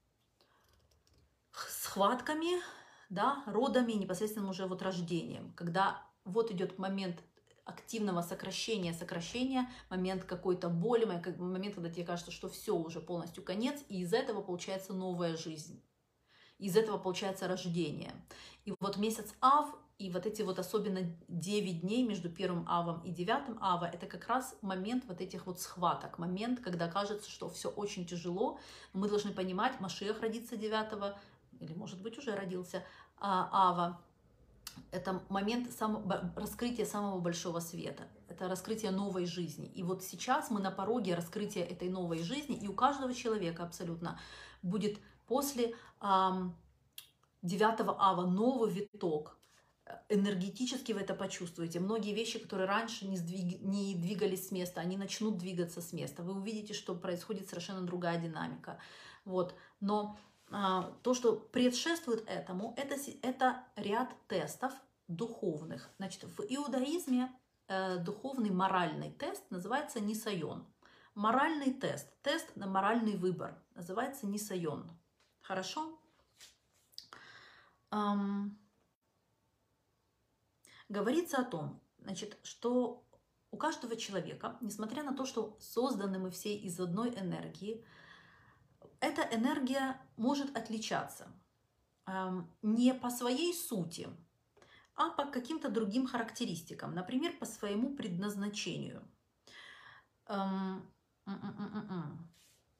схватками, да, родами, непосредственно уже вот рождением. Когда вот идет момент активного сокращения, сокращения, момент какой-то боли, момент, когда тебе кажется, что все, уже полностью конец, и из этого получается новая жизнь. Из этого получается рождение. И вот месяц Ав, и вот эти вот особенно девять дней между первым Авом и девятым Ава, это как раз момент вот этих вот схваток, момент, когда кажется, что все очень тяжело. Мы должны понимать, Машиах родится девятого, или, может быть, уже родился Ава. Это момент самого, раскрытия самого большого света. Это раскрытие новой жизни. И вот сейчас мы на пороге раскрытия этой новой жизни, и у каждого человека абсолютно будет после эм, девятого Ава новый виток. Энергетически вы это почувствуете. Многие вещи, которые раньше не, сдвиг... не двигались с места, они начнут двигаться с места. Вы увидите, что происходит совершенно другая динамика. Вот. Но а, то, что предшествует этому, это, это ряд тестов духовных. Значит, в иудаизме э, духовный моральный тест называется нисайон. Моральный тест, тест на моральный выбор, называется нисайон. Хорошо? Ам, говорится о том, значит, что у каждого человека, несмотря на то, что созданы мы все из одной энергии, эта энергия может отличаться ам, не по своей сути, а по каким-то другим характеристикам, например, по своему предназначению. Ам, м-м-м-м-м.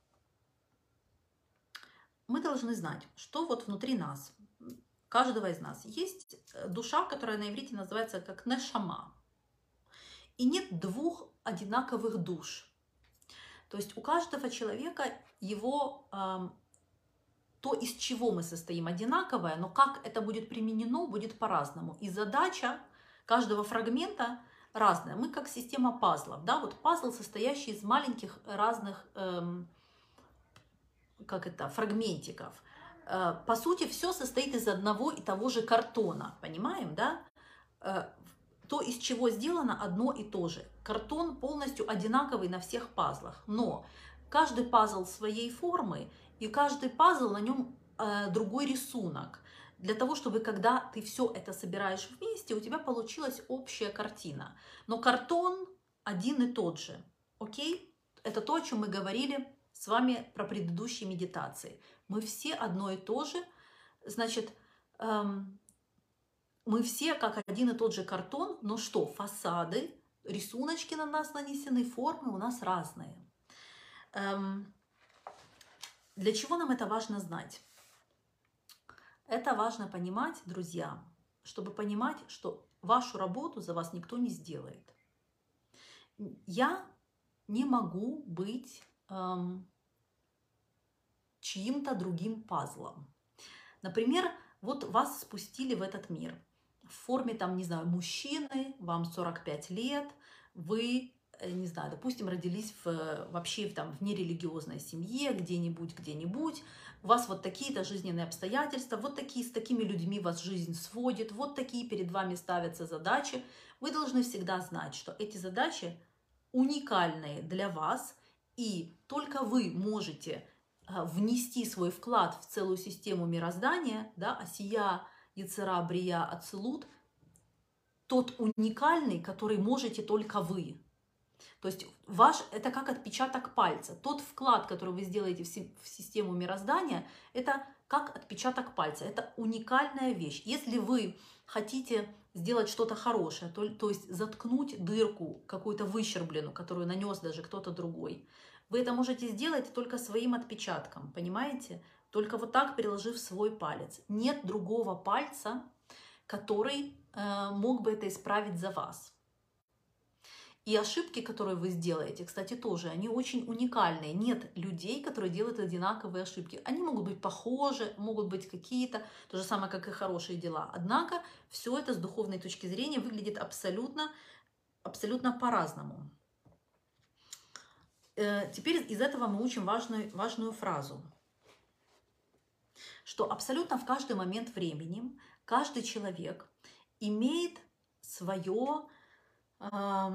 Мы должны знать, что вот внутри нас, каждого из нас, есть душа, которая на иврите называется как нешама. И нет двух одинаковых душ. То есть у каждого человека его, э, то, из чего мы состоим, одинаковое, но как это будет применено, будет по-разному. И задача каждого фрагмента разная. Мы как система пазлов. Да? Вот пазл, состоящий из маленьких разных эм, как это, фрагментиков. По сути, все состоит из одного и того же картона. Понимаем, да? То, из чего сделано, одно и то же. Картон полностью одинаковый на всех пазлах, но каждый пазл своей формы, и каждый пазл, на нем э, другой рисунок. Для того, чтобы когда ты все это собираешь вместе, у тебя получилась общая картина. Но картон один и тот же. Окей? Это то, о чем мы говорили с вами про предыдущие медитации. Мы все одно и то же. Значит, эм, мы все как один и тот же картон, но что? Фасады, рисуночки на нас нанесены, формы у нас разные. Эм, для чего нам это важно знать? Это важно понимать, друзья, чтобы понимать, что вашу работу за вас никто не сделает. Я не могу быть эм, чьим-то другим пазлом. Например, вот вас спустили в этот мир в форме, там, не знаю, мужчины, вам сорок пять лет, вы, не знаю, допустим, родились в, вообще там, в нерелигиозной семье, где-нибудь, где-нибудь, у вас вот такие-то жизненные обстоятельства, вот такие, с такими людьми вас жизнь сводит, вот такие перед вами ставятся задачи. Вы должны всегда знать, что эти задачи уникальные для вас, и только вы можете внести свой вклад в целую систему мироздания, да, осия, яцера, брия, ацилут, тот уникальный, который можете только вы. То есть ваш, это как отпечаток пальца. Тот вклад, который вы сделаете в систему мироздания, это как отпечаток пальца. Это уникальная вещь. Если вы хотите сделать что-то хорошее, то, то есть заткнуть дырку, какую-то выщербленную, которую нанес даже кто-то другой, вы это можете сделать только своим отпечатком, понимаете? Только вот так, приложив свой палец. Нет другого пальца, который э, мог бы это исправить за вас. И ошибки, которые вы сделаете, кстати, тоже, они очень уникальные. Нет людей, которые делают одинаковые ошибки. Они могут быть похожи, могут быть какие-то, то же самое, как и хорошие дела. Однако все это с духовной точки зрения выглядит абсолютно, абсолютно по-разному. Теперь из этого мы учим важную, важную фразу, что абсолютно в каждый момент времени каждый человек имеет свое, э,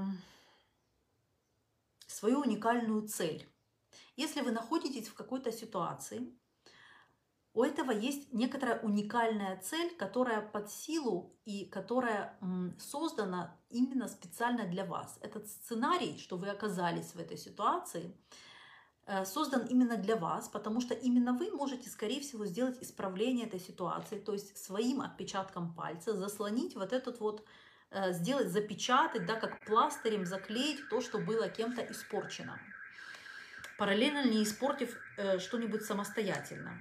свою уникальную цель. Если вы находитесь в какой-то ситуации, у этого есть некоторая уникальная цель, которая под силу и которая создана именно специально для вас. Этот сценарий, что вы оказались в этой ситуации, создан именно для вас, потому что именно вы можете, скорее всего, сделать исправление этой ситуации, то есть своим отпечатком пальца заслонить вот этот вот, сделать, запечатать, да, как пластырем заклеить то, что было кем-то испорчено, параллельно не испортив что-нибудь самостоятельно.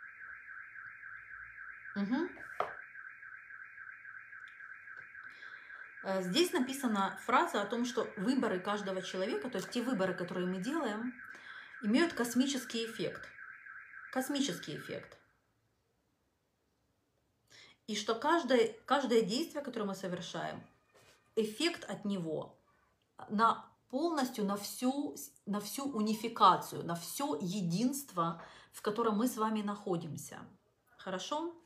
Угу. Здесь написана фраза о том, что выборы каждого человека, то есть те выборы, которые мы делаем, имеют космический эффект. Космический эффект. И что каждое, каждое действие, которое мы совершаем, эффект от него на полностью на всю, на всю унификацию, на все единство, в котором мы с вами находимся. Хорошо?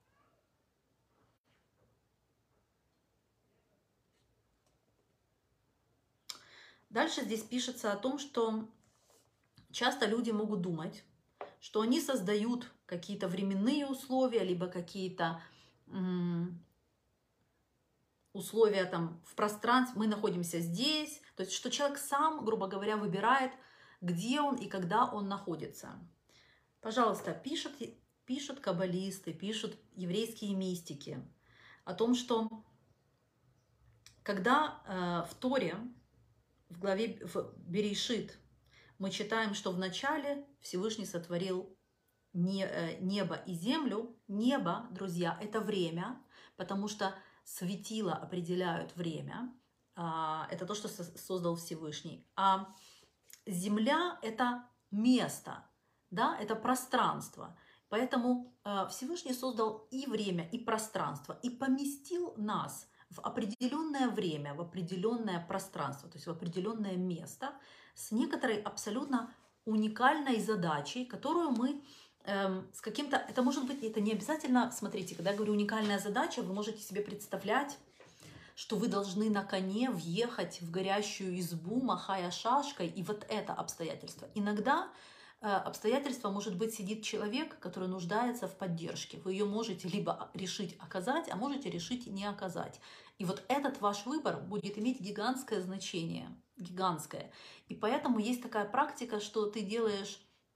Дальше здесь пишется о том, что часто люди могут думать, что они создают какие-то временные условия, либо какие-то условия там в пространстве, мы находимся здесь, то есть что человек сам, грубо говоря, выбирает, где он и когда он находится. Пожалуйста, пишут, пишут каббалисты, пишут еврейские мистики о том, что когда э, в Торе, в главе в Берешит, мы читаем, что вначале Всевышний сотворил не, э, небо и землю. Небо, друзья, это время, потому что светила определяют время. Э, это то, что создал Всевышний. А земля – это место, да, это пространство. Поэтому э, Всевышний создал и время, и пространство, и поместил нас в определенное время, в определенное пространство, то есть в определенное место с некоторой абсолютно уникальной задачей, которую мы эм, с каким-то... Это может быть, это не обязательно, смотрите, когда я говорю уникальная задача, вы можете себе представлять, что вы должны на коне въехать в горящую избу, махая шашкой, и вот это обстоятельство. Иногда э, обстоятельство, может быть, сидит человек, который нуждается в поддержке. Вы ее можете либо решить оказать, а можете решить не оказать. И вот этот ваш выбор будет иметь гигантское значение, гигантское. И поэтому есть такая практика, что ты делаешь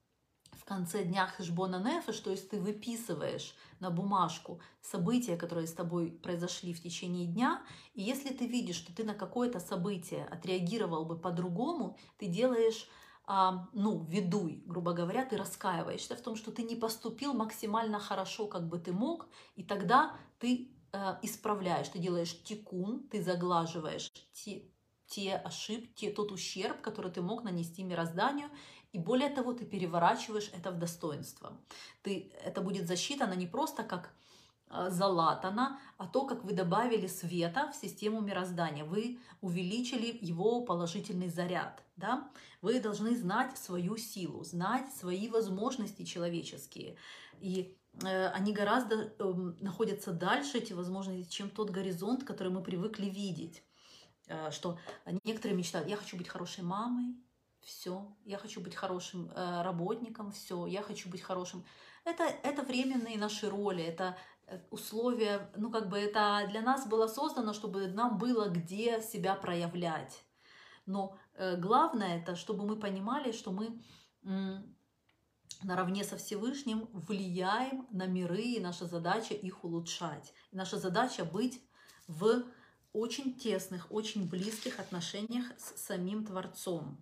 в конце дня хешбона нефеш, то есть ты выписываешь на бумажку события, которые с тобой произошли в течение дня, и если ты видишь, что ты на какое-то событие отреагировал бы по-другому, ты делаешь, а, ну, ведуй, грубо говоря, ты раскаиваешься в том, что ты не поступил максимально хорошо, как бы ты мог, и тогда ты э, исправляешь, ты делаешь тикун, ты заглаживаешь те, те ошибки, те, тот ущерб, который ты мог нанести мирозданию. И более того, ты переворачиваешь это в достоинство. Ты, это будет засчитано не просто как э, залатано, а то, как вы добавили света в систему мироздания. Вы увеличили его положительный заряд. Да? Вы должны знать свою силу, знать свои возможности человеческие. И э, они гораздо э, находятся дальше, эти возможности, чем тот горизонт, который мы привыкли видеть. Э, что некоторые мечтают: я хочу быть хорошей мамой, все, я хочу быть хорошим э, работником, все, я хочу быть хорошим. Это, это временные наши роли, это условия, ну как бы это для нас было создано, чтобы нам было где себя проявлять. Но э, главное это, чтобы мы понимали, что мы м, наравне со Всевышним влияем на миры, и наша задача их улучшать. И наша задача быть в очень тесных, очень близких отношениях с самим Творцом.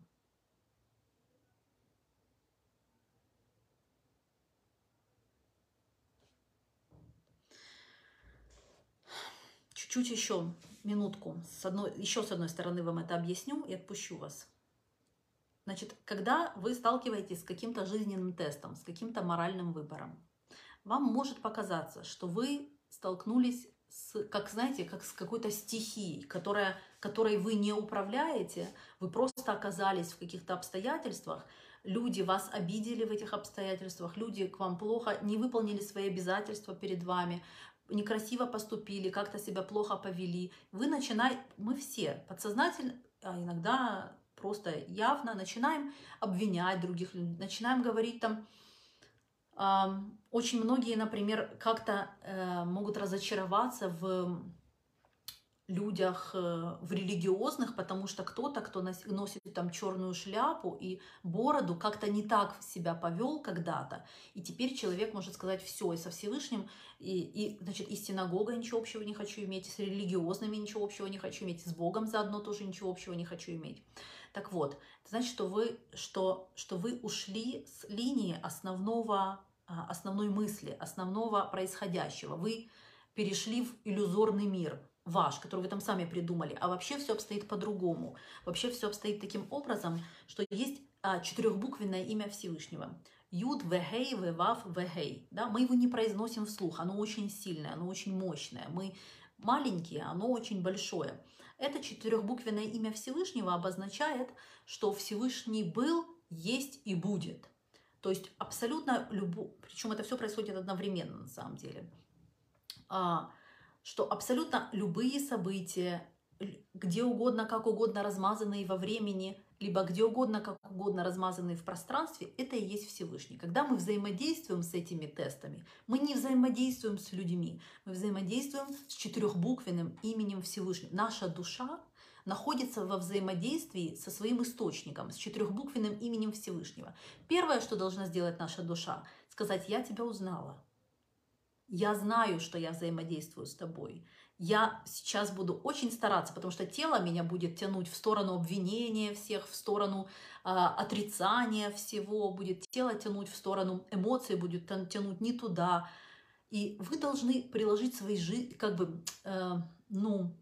Чуть-чуть еще, минутку, с одной, еще с одной стороны вам это объясню и отпущу вас. Значит, когда вы сталкиваетесь с каким-то жизненным тестом, с каким-то моральным выбором, вам может показаться, что вы столкнулись с, как знаете, как с какой-то стихией, которая, которой вы не управляете, вы просто оказались в каких-то обстоятельствах, люди вас обидели в этих обстоятельствах, люди к вам плохо, не выполнили свои обязательства перед вами, некрасиво поступили, как-то себя плохо повели. Вы начинаете, мы все подсознательно, а иногда просто явно начинаем обвинять других людей, начинаем говорить там, э, очень многие, например, как-то э, могут разочароваться в людях, э, в религиозных, потому что кто-то, кто носит там черную шляпу и бороду, как-то не так себя повел когда-то, и теперь человек может сказать: все, и со Всевышним, и, и, значит, и с синагогой ничего общего не хочу иметь, и с религиозными ничего общего не хочу иметь, и с Богом заодно тоже ничего общего не хочу иметь. Так вот, это значит, что вы, что, что вы ушли с линии основного, основной мысли, основного происходящего. Вы перешли в иллюзорный мир ваш, который вы там сами придумали, а вообще все обстоит по-другому. Вообще все обстоит таким образом, что есть а, четырехбуквенное имя Всевышнего. Юд, Вегей, Вевав, Вегей. Да? Мы его не произносим вслух, оно очень сильное, оно очень мощное. Мы маленькие, оно очень большое. Это четырехбуквенное имя Всевышнего обозначает, что Всевышний был, есть и будет. То есть абсолютно любое, причем это все происходит одновременно на самом деле, а, что абсолютно любые события, где угодно, как угодно размазанные во времени, либо где угодно, как угодно размазанные в пространстве, это и есть Всевышний. Когда мы взаимодействуем с этими тестами, мы не взаимодействуем с людьми, мы взаимодействуем с четырехбуквенным именем Всевышнего. Наша душа находится во взаимодействии со своим источником, с четырехбуквенным именем Всевышнего. Первое, что должна сделать наша душа, сказать: «Я тебя узнала. Я знаю, что я взаимодействую с тобой. Я сейчас буду очень стараться, потому что тело меня будет тянуть в сторону обвинения всех, в сторону э, отрицания всего, будет тело тянуть в сторону эмоций, будет тянуть не туда. И вы должны приложить свои жизни, как бы, э, ну,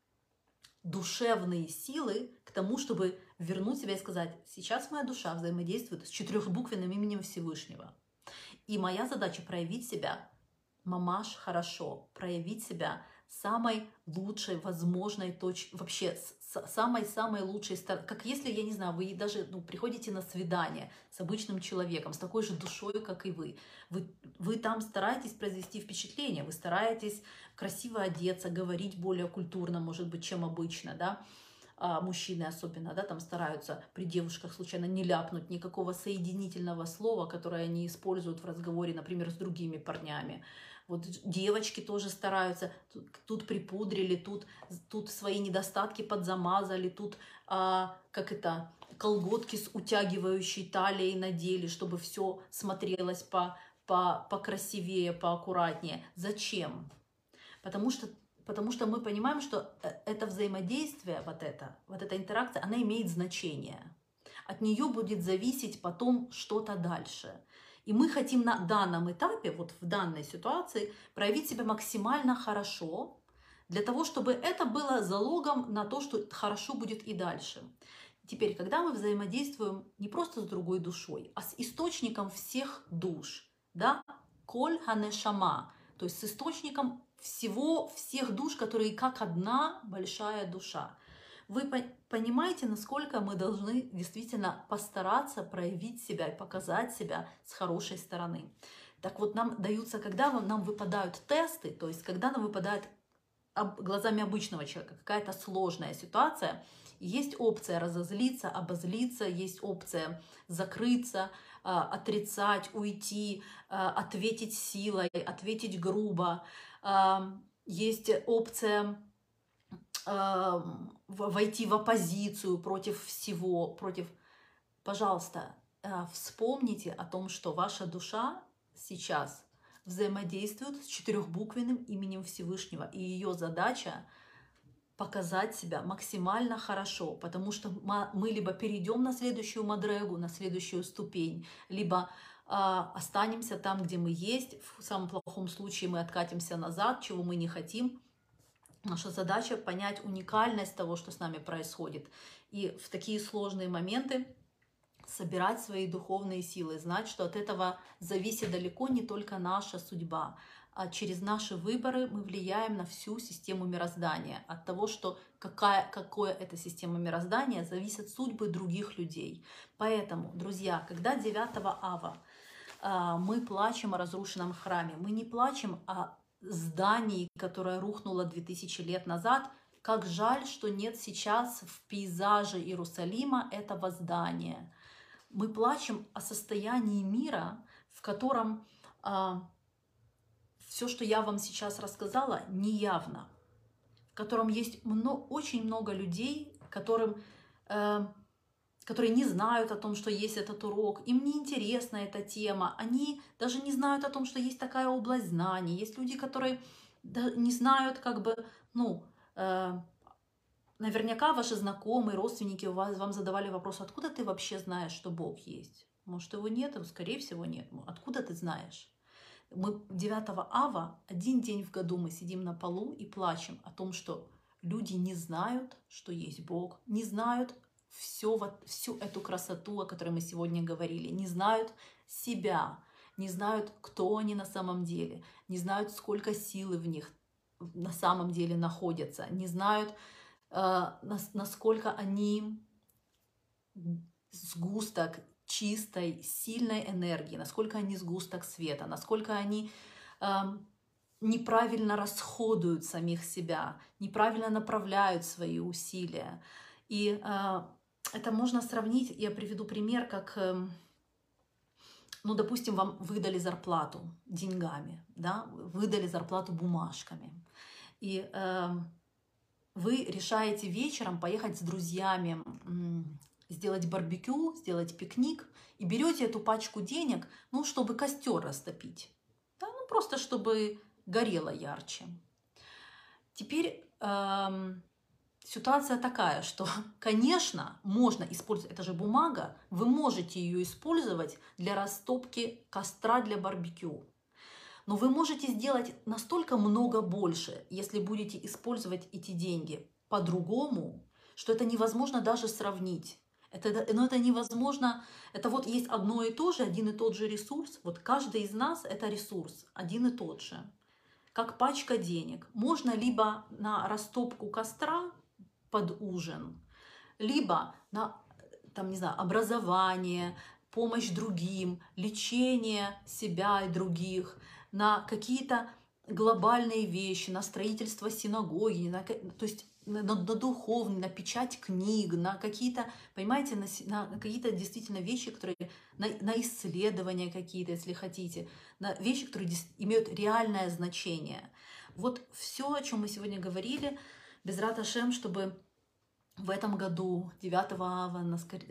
душевные силы к тому, чтобы вернуть себя и сказать: сейчас моя душа взаимодействует с четырехбуквенным именем Всевышнего. И моя задача проявить себя, мамаш, хорошо, проявить себя самой лучшей возможной точки, вообще самой-самой лучшей стороны. Как если, я не знаю, вы даже ну, приходите на свидание с обычным человеком, с такой же душой, как и вы. вы. Вы там стараетесь произвести впечатление, вы стараетесь красиво одеться, говорить более культурно, может быть, чем обычно, да. А мужчины особенно, да, там стараются при девушках случайно не ляпнуть никакого соединительного слова, которое они используют в разговоре, например, с другими парнями. Вот девочки тоже стараются, тут, тут припудрили, тут, тут свои недостатки подзамазали, тут, а, как это, колготки с утягивающей талией надели, чтобы все смотрелось по, по, покрасивее, поаккуратнее. Зачем? Потому что, потому что мы понимаем, что это взаимодействие, вот это, вот эта интеракция, она имеет значение. От нее будет зависеть потом что-то дальше. И мы хотим на данном этапе, вот в данной ситуации, проявить себя максимально хорошо, для того, чтобы это было залогом на то, что хорошо будет и дальше. Теперь, когда мы взаимодействуем не просто с другой душой, а с источником всех душ, да, коль ханешама, то есть с источником всего, всех душ, которые как одна большая душа. Вы понимаете, насколько мы должны действительно постараться проявить себя и показать себя с хорошей стороны. Так вот, нам даются, когда нам выпадают тесты, то есть когда нам выпадает глазами обычного человека какая-то сложная ситуация, есть опция разозлиться, обозлиться, есть опция закрыться, отрицать, уйти, ответить силой, ответить грубо. Есть опция войти в оппозицию против всего, против... Пожалуйста, вспомните о том, что ваша душа сейчас взаимодействует с четырехбуквенным именем Всевышнего, и ее задача показать себя максимально хорошо, потому что мы либо перейдем на следующую мадрегу, на следующую ступень, либо э, останемся там, где мы есть, в самом плохом случае мы откатимся назад, чего мы не хотим. Наша задача понять уникальность того, что с нами происходит, и в такие сложные моменты собирать свои духовные силы, знать, что от этого зависит далеко не только наша судьба, а через наши выборы мы влияем на всю систему мироздания. От того, что какая, какое это система мироздания, зависят судьбы других людей. Поэтому, друзья, когда девятого ава мы плачем о разрушенном храме, мы не плачем о здании, которое рухнуло две тысячи лет назад. Как жаль, что нет сейчас в пейзаже Иерусалима этого здания. Мы плачем о состоянии мира, в котором а, все, что я вам сейчас рассказала, неявно. В котором есть много, очень много людей, которым, э, которые не знают о том, что есть этот урок, им не интересна эта тема, они даже не знают о том, что есть такая область знаний. Есть люди, которые не знают, как бы, ну, э, наверняка ваши знакомые, родственники у вас, вам задавали вопрос: откуда ты вообще знаешь, что Бог есть? Может, его нет? Скорее всего, нет. Откуда ты знаешь? Мы девятого ава, один день в году мы сидим на полу и плачем о том, что люди не знают, что есть Бог, не знают все, всю эту красоту, о которой мы сегодня говорили, не знают себя, не знают, кто они на самом деле, не знают, сколько силы в них на самом деле находятся, не знают, э, насколько они сгусток чистой, сильной энергии, насколько они сгусток света, насколько они э, неправильно расходуют самих себя, неправильно направляют свои усилия. И э, это можно сравнить, я приведу пример, как, эм, ну, допустим, вам выдали зарплату деньгами, да, выдали зарплату бумажками. И эм, вы решаете вечером поехать с друзьями, м, сделать барбекю, сделать пикник, и берете эту пачку денег, ну, чтобы костер растопить. Да, ну, просто чтобы горело ярче. Теперь эм, ситуация такая, что, конечно, можно использовать, это же бумага, вы можете ее использовать для растопки костра для барбекю. Но вы можете сделать настолько много больше, если будете использовать эти деньги по-другому, что это невозможно даже сравнить. Это, но это невозможно, это вот есть одно и то же, один и тот же ресурс. Вот каждый из нас это ресурс, один и тот же. Как пачка денег. Можно либо на растопку костра под ужин, либо на, там, не знаю, образование, помощь другим, лечение себя и других, на какие-то глобальные вещи, на строительство синагоги, на, то есть на, на, на духовный, на печать книг, на какие-то, понимаете, на, на какие-то действительно вещи, которые, на, на исследования какие-то, если хотите, на вещи, которые имеют реальное значение. Вот все, о чем мы сегодня говорили, Безрат Ашем, чтобы в этом году, девятого ава,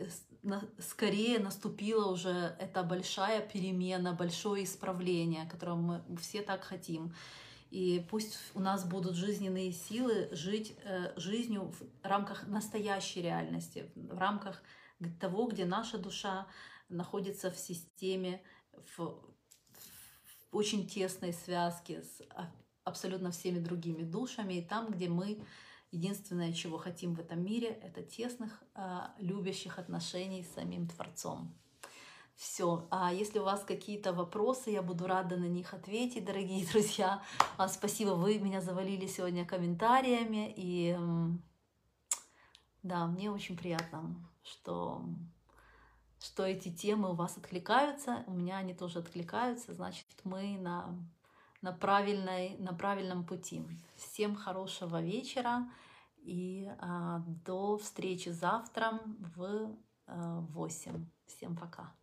скорее наступила уже эта большая перемена, большое исправление, которое мы все так хотим. И пусть у нас будут жизненные силы жить э, жизнью в рамках настоящей реальности, в рамках того, где наша душа находится в системе, в, в очень тесной связке с абсолютно всеми другими душами, и там, где мы единственное, чего хотим в этом мире, это тесных, любящих отношений с самим Творцом. Все. А если у вас какие-то вопросы, я буду рада на них ответить, дорогие друзья. Спасибо, вы меня завалили сегодня комментариями. И да, мне очень приятно, что, что эти темы у вас откликаются. У меня они тоже откликаются. Значит, мы на... На, правильной, на правильном пути. Всем хорошего вечера и а, до встречи завтра в а, восемь. Всем пока.